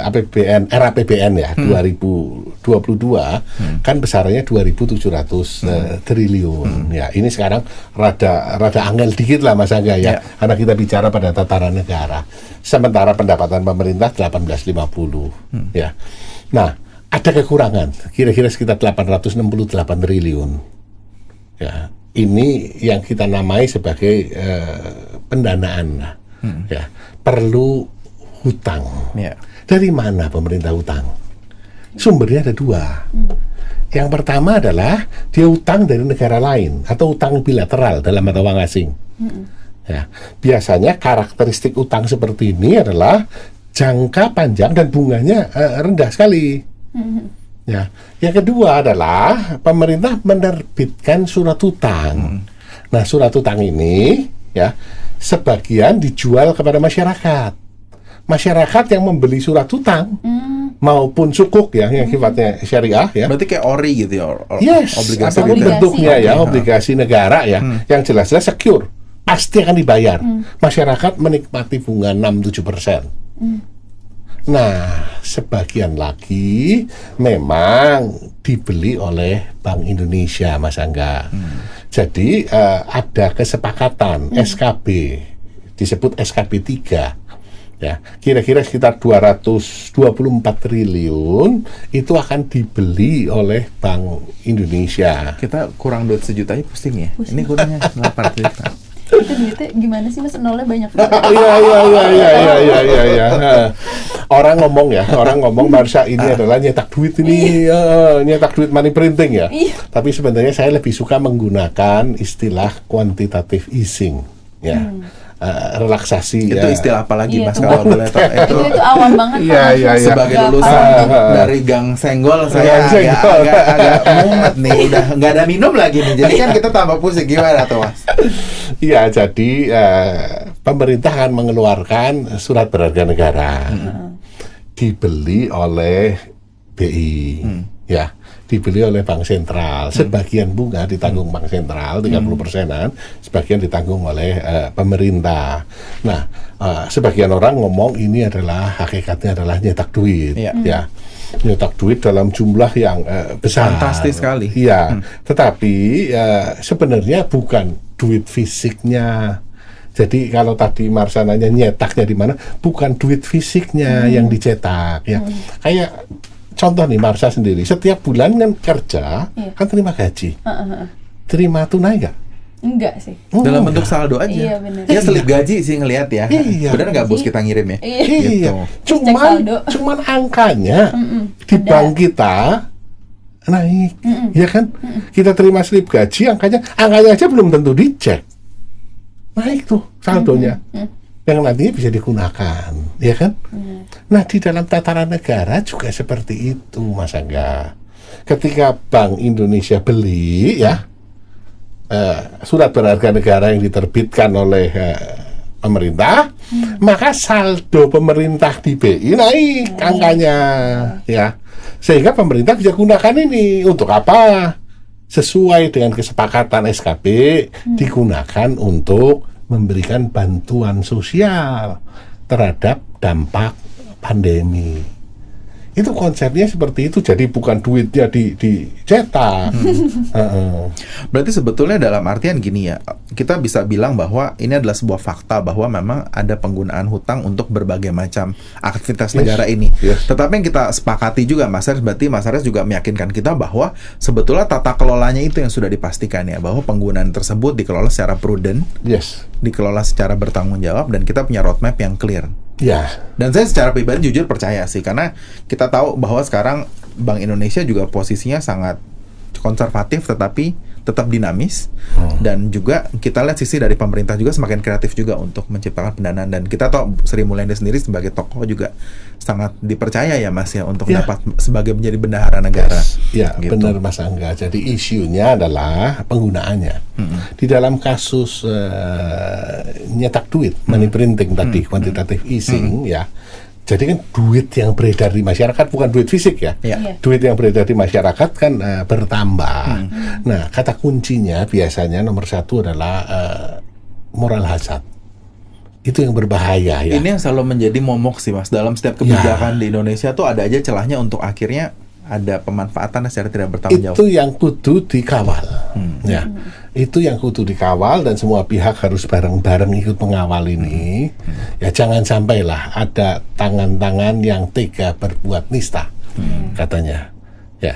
RAPBN ya 2022 kan besarnya 2.700 triliun. Ya ini sekarang rada angel dikit lah Mas Angga ya, karena kita bicara pada tataran negara. Sementara pendapatan pemerintah 1850 ya. Nah, ada kekurangan, kira-kira sekitar 868 triliun. Ya, ini yang kita namai sebagai pendanaan. Ya, perlu hutang. Dari mana pemerintah hutang? Sumbernya ada dua. Yang pertama adalah dia hutang dari negara lain atau hutang bilateral dalam mata uang asing. Ya, biasanya karakteristik utang seperti ini adalah jangka panjang dan bunganya rendah sekali. Ya, yang kedua adalah pemerintah menerbitkan surat hutang. Nah, surat hutang ini ya sebagian dijual kepada masyarakat. Masyarakat yang membeli surat hutang maupun sukuk ya yang sifatnya syariah ya. Berarti kayak ori gitu ya. Yes, apapun bentuknya ya, obligasi negara ya, yang jelas-jelas secure, pasti akan dibayar. Masyarakat menikmati bunga 6-7%. Nah, sebagian lagi memang dibeli oleh Bank Indonesia, Mas Angga. Jadi ada kesepakatan SKB, disebut SKB 3. Ya, kira-kira sekitar 224 triliun itu akan dibeli oleh Bank Indonesia. Kita kurang duit sejuta aja pusing ya. Ini kurangnya 8 juta. Itu duitnya gimana sih Mas? Nolnya banyak. Iya. Orang ngomong Marsha ini adalah nyetak duit ini, nyetak duit money printing ya. Tapi sebenarnya saya lebih suka menggunakan istilah quantitative easing ya. Relaksasi itu istilah apa lagi Mas kalau boleh tahu? Itu awam banget. Iya. Sebagai lulusan dari Gang Senggol saya agak mumet nih, udah nggak ada minum lagi nih, jadi kan kita tambah pusing. Gimana tuh Mas? Iya, jadi pemerintah akan mengeluarkan surat berharga negara, dibeli oleh BI, ya, dibeli oleh Bank Sentral. Sebagian bunga ditanggung Bank Sentral 30%-an, sebagian ditanggung oleh pemerintah. Nah, sebagian orang ngomong ini adalah hakikatnya adalah nyetak duit, ya. Nyetak duit dalam jumlah yang besar, fantastis sekali. Iya, tetapi sebenarnya bukan duit fisiknya. Jadi kalau tadi Marsha nanya nyetaknya di mana, bukan duit fisiknya yang dicetak, ya. Kayak contoh nih Marsha sendiri, setiap bulan kan kerja, kan terima gaji, terima tunai nggak? Enggak sih. Dalam bentuk saldo aja. Iya, bener. Ya selip gaji sih ngelihat ya. Benar nggak bos kita ngirim ya? Iya. Cuman angkanya di bank kita naik, ya kan? Kita terima slip gaji, angkanya aja belum tentu dicek. naik tuh saldonya. Yang nantinya bisa digunakan, ya kan? Nah, di dalam tataran negara juga seperti itu, Mas Angga. Ketika Bank Indonesia beli ya surat berharga negara yang diterbitkan oleh pemerintah, maka saldo pemerintah di BI naik angkanya, ya. Sehingga pemerintah bisa gunakan ini untuk apa? Sesuai dengan kesepakatan SKP, digunakan untuk memberikan bantuan sosial terhadap dampak pandemi. Itu konsepnya seperti itu. Jadi bukan duitnya dicetak. Berarti sebetulnya dalam artian gini ya, kita bisa bilang bahwa ini adalah sebuah fakta bahwa memang ada penggunaan hutang untuk berbagai macam aktivitas negara ini. Tetapi yang kita sepakati juga, Mas Aris, berarti Mas Aris juga meyakinkan kita bahwa sebetulnya tata kelolanya itu yang sudah dipastikan ya, bahwa penggunaan tersebut dikelola secara prudent, dikelola secara bertanggung jawab, dan kita punya roadmap yang clear. Ya. Dan saya secara pribadi jujur percaya sih, karena kita tahu bahwa sekarang Bank Indonesia juga posisinya sangat konservatif tetapi tetap dinamis, dan juga kita lihat sisi dari pemerintah juga semakin kreatif juga untuk menciptakan pendanaan, dan kita tahu Sri Mulyani sendiri sebagai tokoh juga sangat dipercaya ya Mas ya untuk dapat sebagai menjadi bendahara negara. Ya, gitu. Benar Mas Angga. Jadi isunya adalah penggunaannya. Di dalam kasus nyetak duit, money printing tadi, quantitative easing ya. Jadi kan duit yang beredar di masyarakat bukan duit fisik ya. Duit yang beredar di masyarakat kan bertambah. Nah, kata kuncinya biasanya nomor satu adalah moral hazard. Itu yang berbahaya ya. Ini yang selalu menjadi momok sih Mas. Dalam setiap kebijakan di Indonesia tuh ada aja celahnya untuk akhirnya ada pemanfaatan secara tidak bertanggung jawab. Itu yang kudu dikawal. Ya. Itu yang kudu dikawal, dan semua pihak harus bareng-bareng ikut mengawal ini. Ya, jangan sampailah ada tangan-tangan yang tega berbuat nista, katanya. Ya,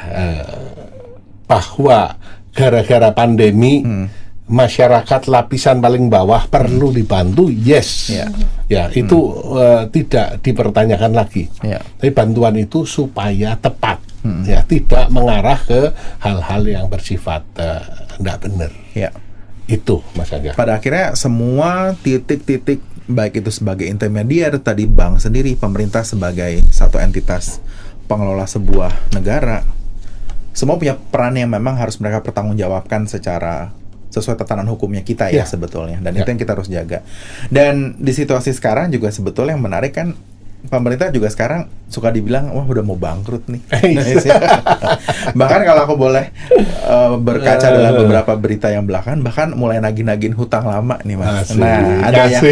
bahwa gara-gara pandemi masyarakat lapisan paling bawah perlu dibantu, ya itu tidak dipertanyakan lagi. Tapi bantuan itu supaya tepat, ya, tidak mengarah ke hal-hal yang bersifat tidak benar. Itu Mas Angga. Pada akhirnya semua titik-titik, baik itu sebagai intermediar, tadi bank sendiri, pemerintah sebagai satu entitas pengelola sebuah negara, semua punya peran yang memang harus mereka pertanggungjawabkan secara sesuai tatanan hukumnya kita ya sebetulnya, dan itu yang kita harus jaga. Dan di situasi sekarang juga sebetulnya yang menarik kan, pemerintah juga sekarang suka dibilang wah udah mau bangkrut nih. Bahkan kalau aku boleh berkaca dalam beberapa berita yang belakangan, bahkan mulai nagih-nagihin hutang lama nih Mas. Nah, ada yang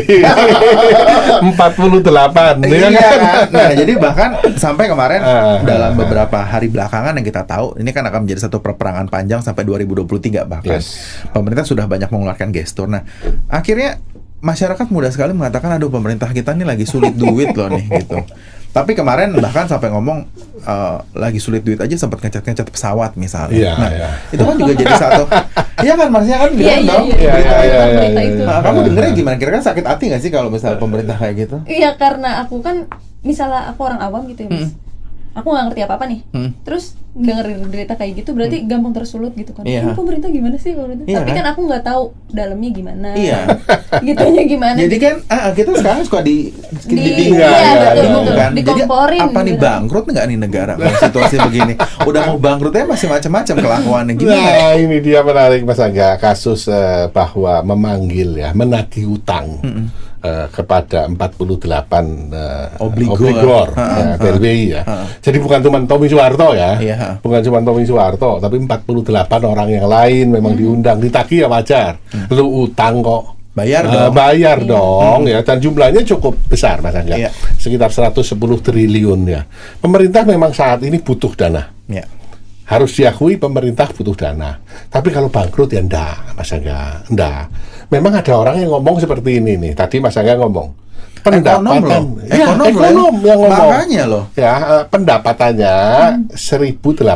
48. Iya kan? Nah, jadi bahkan sampai kemarin dalam beberapa hari belakangan yang kita tahu, ini kan akan menjadi satu peperangan panjang sampai 2023 bahkan. Pemerintah sudah banyak mengeluarkan gestur. Nah, akhirnya masyarakat mudah sekali mengatakan aduh pemerintah kita ini lagi sulit duit loh nih gitu. Tapi kemarin bahkan sampai ngomong lagi sulit duit aja sempat ngecat pesawat misalnya. Itu kan juga jadi satu. Iya kan Marsnya kan bilang dong berita itu. Nah, kamu dengernya gimana? Kira-kira sakit hati nggak sih kalau misalnya pemerintah kayak gitu? Iya, karena aku kan misalnya aku orang awam gitu ya Mas. Aku nggak ngerti apa-apa nih. Terus dengerin berita kayak gitu berarti gampang tersulut gitu kan. Pemerintah gimana sih kalau itu? Tapi kan aku nggak tahu dalamnya gimana. Gitunya gimana. Jadi kan kita sekarang suka bingung kan. Jadi apa nih, bangkrut nggak nih negara situasi begini? Udah mau bangkrutnya masih macam-macam kelakuannya gimana? Nah, ini dia menarik Mas Angga, kasus bahwa memanggil ya, menagih utang kepada 48 obligor BLBI ya. Jadi bukan cuma Tommy Soeharto ya. Bukan cuma Tommy Soeharto, tapi 48 orang yang lain memang diundang, ditagih ya wajar. Lu utang kok. Bayar dong ya, dan jumlahnya cukup besar Mas Angga. Sekitar 110 triliun ya. Pemerintah memang saat ini butuh dana. Harus diakui pemerintah butuh dana. Tapi kalau bangkrut ya enggak, Mas Angga, enggak. Memang ada orang yang ngomong seperti ini nih. Tadi Mas Angga ngomong pendapatan ekonom yang ngomong. Makanya loh. Ya, pendapatannya 1.850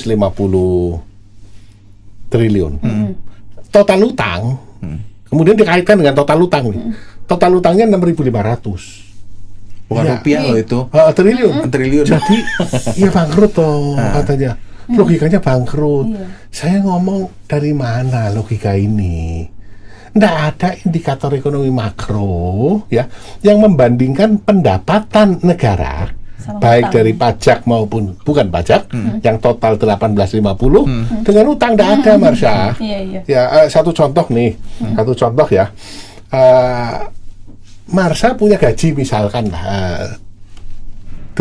triliun. Total utang. Kemudian dikaitkan dengan total utang nih. Total utangnya 6.500. Bukan rupiah loh itu. Triliun. Jadi ya bangkrut toh katanya. Logikanya bangkrut. Saya ngomong dari mana logika ini? Nggak ada indikator ekonomi makro ya yang membandingkan pendapatan negara baik dari pajak maupun bukan pajak yang total 1850 dengan utang nggak ada, Marsha. Ya, satu contoh nih, Marsha punya gaji misalkan 8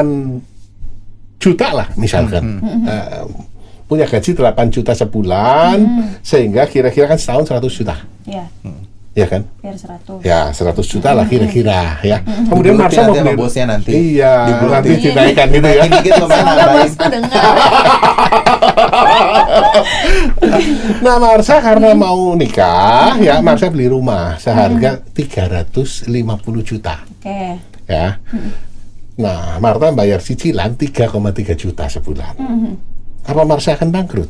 juta lah misalkan. Punya gaji 8 juta sebulan, sehingga kira-kira kan setahun 100 juta. Iya. Ya kan? Ya 100 juta lah kira-kira ya. Kemudian Marsha mau beli bosnya nanti. Iya, nanti dinaikkan gitu ya. Nah, Marsha karena mau nikah ya, Marsha beli rumah seharga 350 juta. Oke. Ya. Nah, Marsha bayar cicilan 3,3 juta sebulan. Apa Marsha akan bangkrut?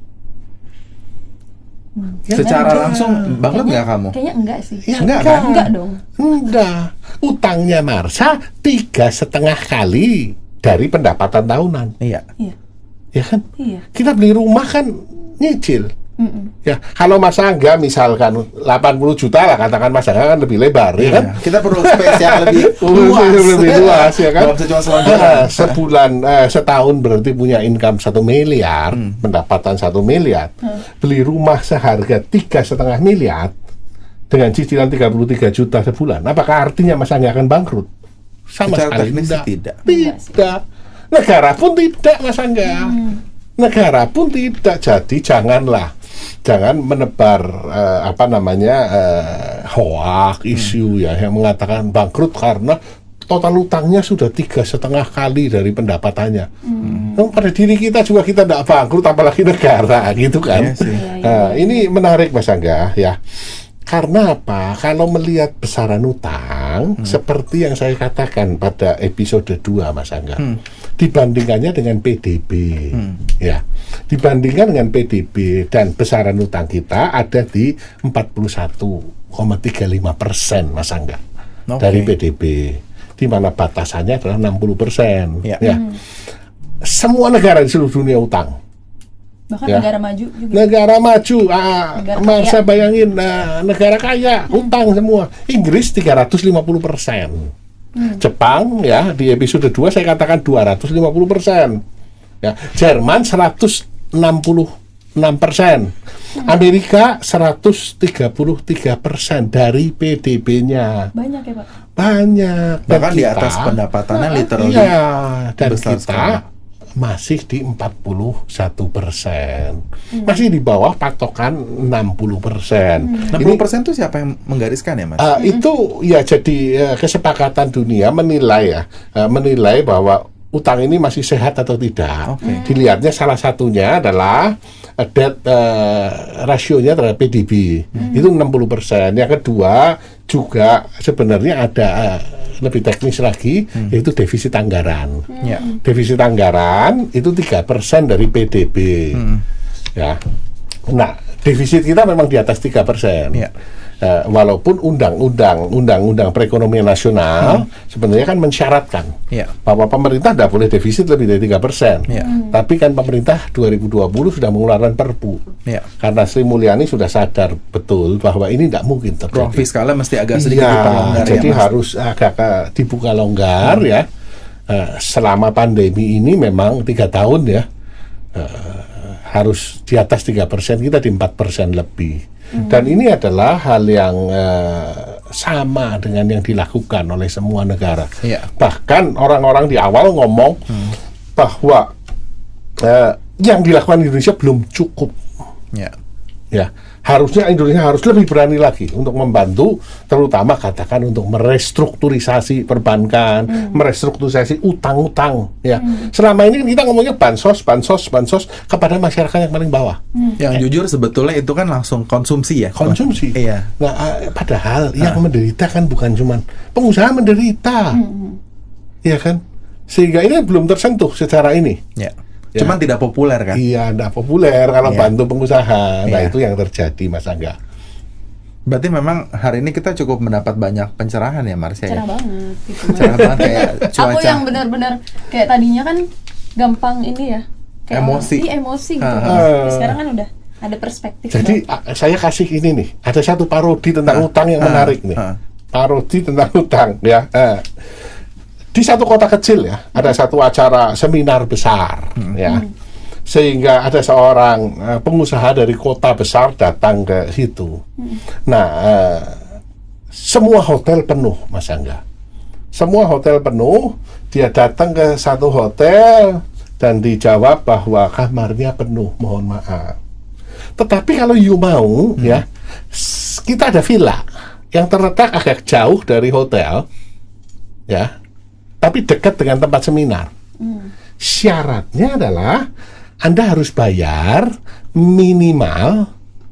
Secara langsung bangkrut nggak kamu? Kayaknya enggak sih. Ya, enggak dong. Enggak. Utangnya Marsha 3,5 kali dari pendapatan tahunan. Iya. Ya kan? Iya. Kita beli rumah kan nyicil. Ya, kalau Mas Angga misalkan 80 juta lah, katakan Mas Angga kan lebih lebar, ya kan? Kita perlu space yang lebih luas, ya kan? Sebulan, setahun berarti punya income 1 miliar, pendapatan 1 miliar, beli rumah seharga 3,5 miliar dengan cicilan 33 juta sebulan. Apakah artinya Mas Angga akan bangkrut? Sama sekali tidak. Tidak. Negara pun tidak, Mas Angga. Negara pun tidak. Jadi jangan menebar hoak isu ya yang mengatakan bangkrut karena total utangnya sudah 3,5 kali dari pendapatannya. Pada diri kita juga kita tidak bangkrut, apalagi negara gitu kan. Ini menarik, Mas Angga ya. Karena apa? Kalau melihat besaran utang seperti yang saya katakan pada episode 2, Mas Angga, dibandingkannya dengan PDB ya, dibandingkan dengan PDB dan besaran utang kita ada di 41,35%, Mas Angga, dari PDB, di mana batasannya adalah 60%. Ya. Semua negara di seluruh dunia utang. Bahkan negara maju juga. Negara maju, Marsha bayangin, negara kaya, utang semua. Inggris 350%. Jepang ya, di episode 2 saya katakan 250%. Ya, Jerman 163%. Amerika 133% dari PDB-nya. Banyak ya, Pak? Banyak. Bahkan di atas pendapatannya literally. Iya, dan kita masih di 41%, masih di bawah patokan 60%. 60% itu siapa yang menggariskan ya, Mas? Itu ya jadi kesepakatan dunia menilai bahwa utang ini masih sehat atau tidak. Dilihatnya salah satunya adalah debt rasionya terhadap PDB itu 60%. Yang kedua juga sebenarnya ada lebih teknis lagi, yaitu defisit anggaran. Defisit anggaran itu 3% dari PDB. Ya. Nah, defisit kita memang di atas 3%. Walaupun undang-undang perekonomian nasional sebenarnya kan mensyaratkan bahwa pemerintah tidak boleh defisit lebih dari 3%. Tapi kan pemerintah 2020 sudah mengeluarkan Perpu. Karena Sri Mulyani sudah sadar betul bahwa ini tidak mungkin terjadi. Ruang fiskalnya mesti agak sedikit diperlonggar. Jadi harus agak dibuka longgar ya. Selama pandemi ini memang 3 tahun ya. Harus di atas 3%, kita di 4% lebih. Dan ini adalah hal yang sama dengan yang dilakukan oleh semua negara. Bahkan orang-orang di awal ngomong bahwa yang dilakukan Indonesia belum cukup. Ya, harusnya Indonesia harus lebih berani lagi untuk membantu, terutama katakan untuk merestrukturisasi perbankan, merestrukturisasi utang-utang. Ya, selama ini kita ngomongnya bansos kepada masyarakat yang paling bawah. Yang jujur sebetulnya itu kan langsung konsumsi ya. Konsumsi. Iya. Nah, padahal yang menderita kan bukan cuma pengusaha menderita, ya kan? Sehingga ini belum tersentuh secara ini. Cuman tidak populer kan? Iya, tidak populer kalau bantu pengusaha. Nah, itu yang terjadi, Mas Angga. Berarti memang hari ini kita cukup mendapat banyak pencerahan ya, Marsha ya? Cerah banget gitu. Cerah banget kayak cuaca. Aku yang benar-benar kayak tadinya kan gampang ini ya. Kayak emosi gitu. Sekarang kan udah Ada perspektif. Jadi saya kasih ini nih, ada satu parodi tentang utang yang menarik nih. Parodi tentang utang ya. Di satu kota kecil ya, ada satu acara seminar besar ya. Sehingga ada seorang pengusaha dari kota besar datang ke situ. Nah, semua hotel penuh, Mas Angga. Semua hotel penuh. Dia datang ke satu hotel dan dijawab bahwa kamarnya penuh, mohon maaf. Tetapi kalau you mau ya, kita ada villa yang terletak agak jauh dari hotel ya, tapi dekat dengan tempat seminar. Syaratnya adalah Anda harus bayar minimal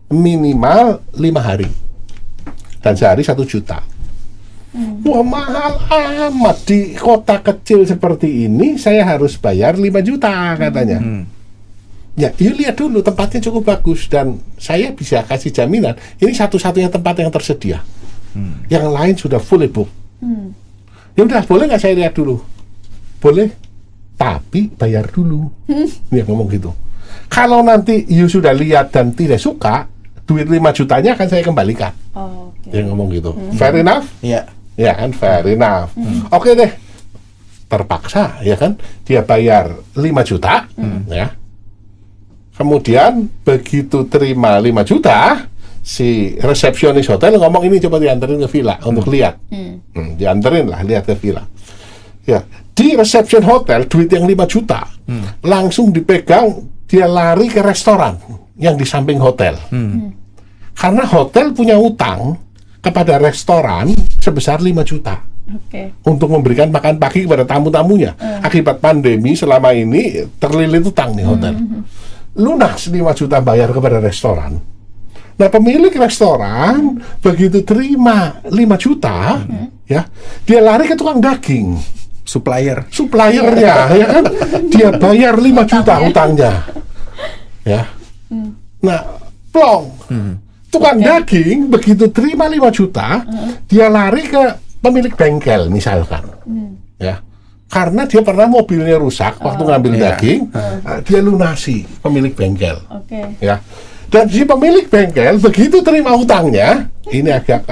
5 hari dan sehari 1 juta. Wah, mahal amat di kota kecil seperti ini. Saya harus bayar 5 juta katanya. Ya, you lihat dulu tempatnya cukup bagus dan saya bisa kasih jaminan ini satu-satunya tempat yang tersedia. Yang lain sudah fully book. Ya udah, boleh nggak saya lihat dulu? Boleh, tapi bayar dulu. Dia ngomong gitu. Kalau nanti you sudah lihat dan tidak suka, duit 5 jutanya akan saya kembalikan. Dia ngomong gitu. Fair enough? Iya. Ya kan, fair enough. Oke deh. Terpaksa ya kan, dia bayar 5 juta ya. Kemudian begitu terima 5 juta, si resepsionis hotel ngomong ini coba dianterin ke villa untuk lihat. Dianterin lah lihat ke villa. Ya, di resepsi hotel duit yang 5 juta langsung dipegang, dia lari ke restoran yang di samping hotel. Karena hotel punya utang kepada restoran sebesar 5 juta. Untuk memberikan makan pagi kepada tamu-tamunya. Akibat pandemi selama ini terlilit utang nih hotel. Lunas 5 juta bayar kepada restoran. Nah, pemilik restoran begitu terima 5 juta ya, dia lari ke tukang daging, suppliernya ya kan, dia bayar 5 juta utangnya ya. Nah, plong, tukang daging begitu terima 5 juta, dia lari ke pemilik bengkel misalkan ya, karena dia pernah mobilnya rusak waktu ngambil daging, dia lunasi pemilik bengkel. Ya. Dan si pemilik bengkel begitu terima utangnya, ini agak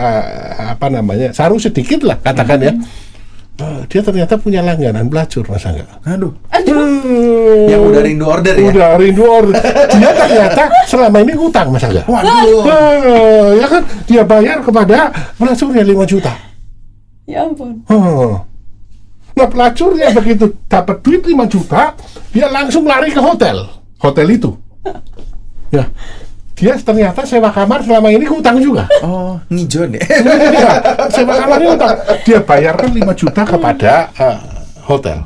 saru sedikit lah katakan ya. Dia ternyata punya langganan pelacur, Mas Angga. Aduh. Yang udah rindu order ya? Udah rindu order. Dia ternyata selama ini utang, Mas Angga. Waduh. Ya kan, dia bayar kepada pelacurnya 5 juta. Ya ampun. Nah, pelacurnya begitu dapat duit 5 juta, dia langsung lari ke hotel itu. Ya, dia ternyata sewa kamar selama ini hutang juga. Oh, ngijon ya? Ya, sewa kamarnya hutang. Dia bayarkan 5 juta kepada hotel.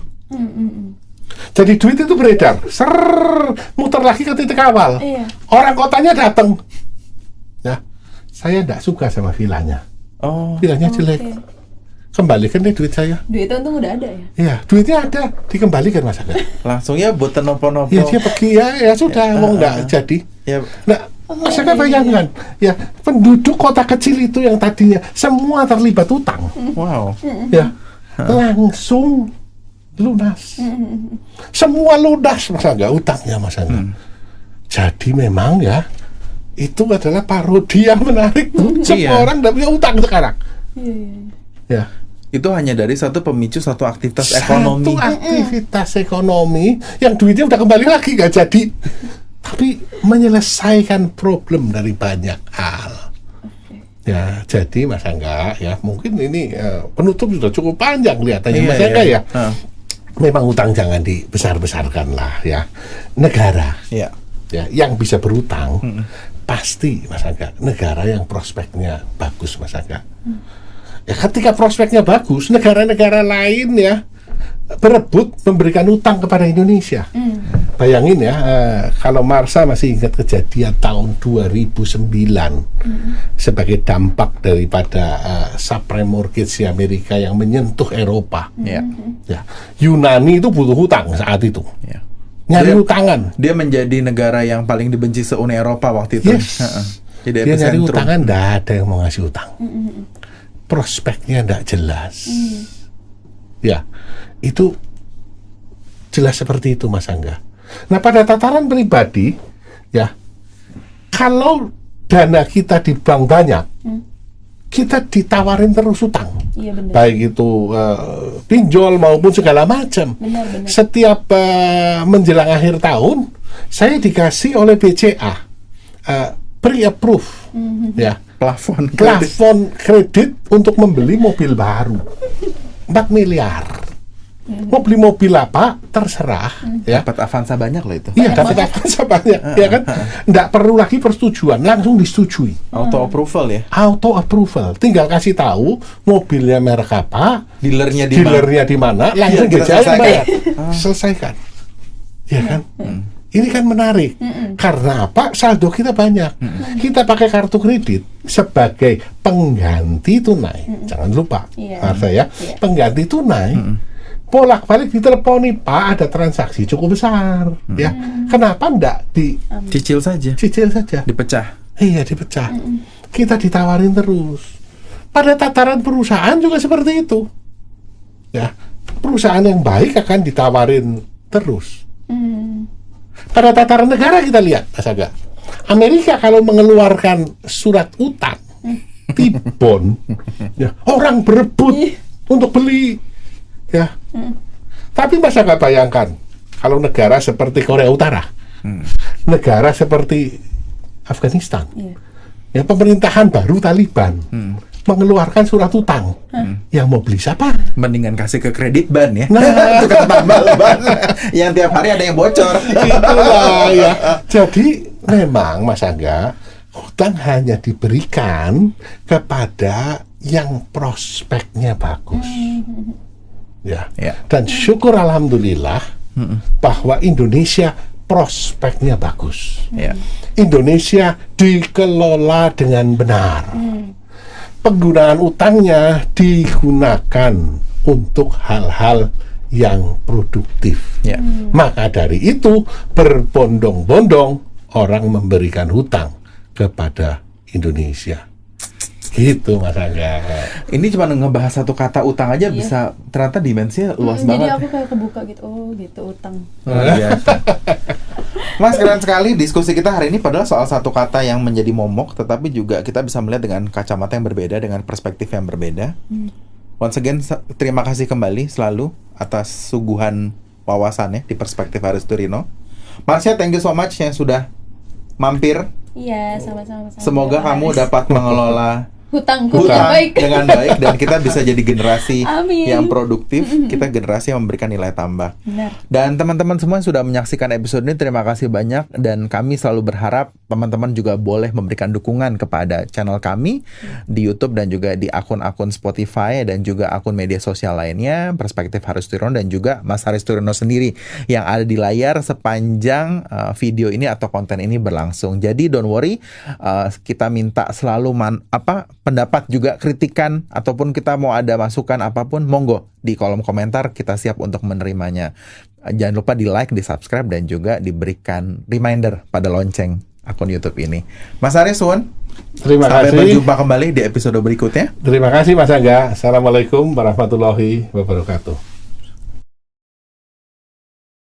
Jadi duit itu beredar, muter lagi ke titik awal. Orang kotanya datang. Ya, saya tidak suka sama villanya. Villanya jelek. Kembalikan deh duit saya. Duitnya untung udah ada ya? Iya, duitnya ada, dikembalikan Mas Aga. Langsung ya buat nopo-nopo. Ya dia pergi ya sudah, mau nggak jadi. Ya. Nah, Mas Aga bayangkan, ya penduduk kota kecil itu yang tadinya semua terlibat utang. Wow. Ya, langsung lunas. Semua lunas Mas Aga, utangnya Mas Aga. Jadi memang ya, itu adalah parodi yang menarik. Semua orang tidak punya utang sekarang. Ya. Itu hanya dari satu pemicu, satu aktivitas ekonomi. Satu aktivitas ekonomi yang duitnya udah kembali lagi nggak jadi, tapi menyelesaikan problem dari banyak hal. Ya, jadi Mas Angga ya, mungkin ini penutup sudah cukup panjang kelihatannya Mas Angga ya. Memang utang jangan dibesar-besarkan lah ya. Negara ya yang bisa berutang pasti Mas Angga, negara yang prospeknya bagus Mas Angga. Ya, ketika prospeknya bagus, negara-negara lain ya berebut memberikan utang kepada Indonesia. Bayangin ya, kalau Marsha masih ingat kejadian tahun 2009 sebagai dampak daripada subprime mortgage di Amerika yang menyentuh Eropa. Ya, Yunani itu butuh hutang saat itu. Nyari utangan. Dia menjadi negara yang paling dibenci se-Uni Eropa waktu itu. Jadi dia nyari utangan, tidak ada yang mau ngasih utang. Prospeknya tidak jelas. Ya, itu jelas seperti itu Mas Angga. Nah, pada tataran pribadi ya, Kalau dana kita di bank banyak, kita ditawarin terus utang. Iya, benar. Baik itu pinjol maupun segala macam. Benar. Setiap menjelang akhir tahun, saya dikasih oleh BCA pre-approve, ya, plafon kredit untuk membeli mobil baru 4 miliar. Mau beli mobil apa terserah, ya. Dapat Avanza banyak loh itu. Iya, dapat Avanza banyak, ya kan? Nggak perlu lagi persetujuan, langsung disetujui. Auto approval ya. Auto approval, tinggal kasih tahu mobilnya merek apa, dealernya di mana, langsung BCA bayar, selesaikan, ya kan? Ini kan menarik, karena apa? Saldo kita banyak. Kita pakai kartu kredit sebagai pengganti tunai. Jangan lupa, saya pengganti tunai. Bolak-balik diteleponi, Pak, ada transaksi cukup besar, ya. Kenapa enggak dicicil saja? Dipecah. Iya, dipecah. Kita ditawarin terus. Pada tataran perusahaan juga seperti itu, ya. Perusahaan yang baik akan ditawarin terus. Pada tataran negara kita lihat, Mas Aga, Amerika kalau mengeluarkan surat utang, T-bond, ya, orang berebut untuk beli, ya. Tapi masa nggak bayangkan kalau negara seperti Korea Utara, negara seperti Afghanistan, ya, pemerintahan baru Taliban mengeluarkan surat utang, yang mau beli siapa? Mendingan kasih ke kredit ban ya. Nah, tukang tambal ban yang tiap hari ada yang bocor. Itulah, ya. Jadi memang Mas Angga, hutang hanya diberikan kepada yang prospeknya bagus. Ya. Dan syukur alhamdulillah bahwa Indonesia prospeknya bagus. Indonesia dikelola dengan benar. Penggunaan utangnya digunakan untuk hal-hal yang produktif. Maka dari itu berbondong-bondong orang memberikan hutang kepada Indonesia. Gitu Mas Angga. Ini cuma ngebahas satu kata utang aja bisa ternyata dimensinya luas banget. Jadi aku kayak kebuka gitu, oh gitu utang. Mas, keren sekali diskusi kita hari ini, padahal soal satu kata yang menjadi momok, tetapi juga kita bisa melihat dengan kacamata yang berbeda, dengan perspektif yang berbeda. Once again, terima kasih kembali selalu atas suguhan wawasannya di Perspektif Haristurino. Marsha, thank you so much yang sudah mampir. Iya, sama-sama. Semoga kamu dapat mengelola hutang dengan baik dan kita bisa jadi generasi yang produktif. Kita generasi yang memberikan nilai tambah. Benar. Dan teman-teman semua yang sudah menyaksikan episode ini, terima kasih banyak, dan kami selalu berharap teman-teman juga boleh memberikan dukungan kepada channel kami di YouTube dan juga di akun-akun Spotify dan juga akun media sosial lainnya, Perspektif Haristurino, dan juga Mas Haristurino sendiri yang ada di layar sepanjang video ini atau konten ini berlangsung. Jadi don't worry, kita minta selalu pendapat juga, kritikan, ataupun kita mau ada masukan apapun, monggo di kolom komentar, kita siap untuk menerimanya. Jangan lupa di like, di subscribe, dan juga diberikan reminder pada lonceng akun YouTube ini. Mas Aris, terima kasih. Sampai berjumpa kembali di episode berikutnya. Terima kasih Mas Angga. Assalamualaikum warahmatullahi wabarakatuh.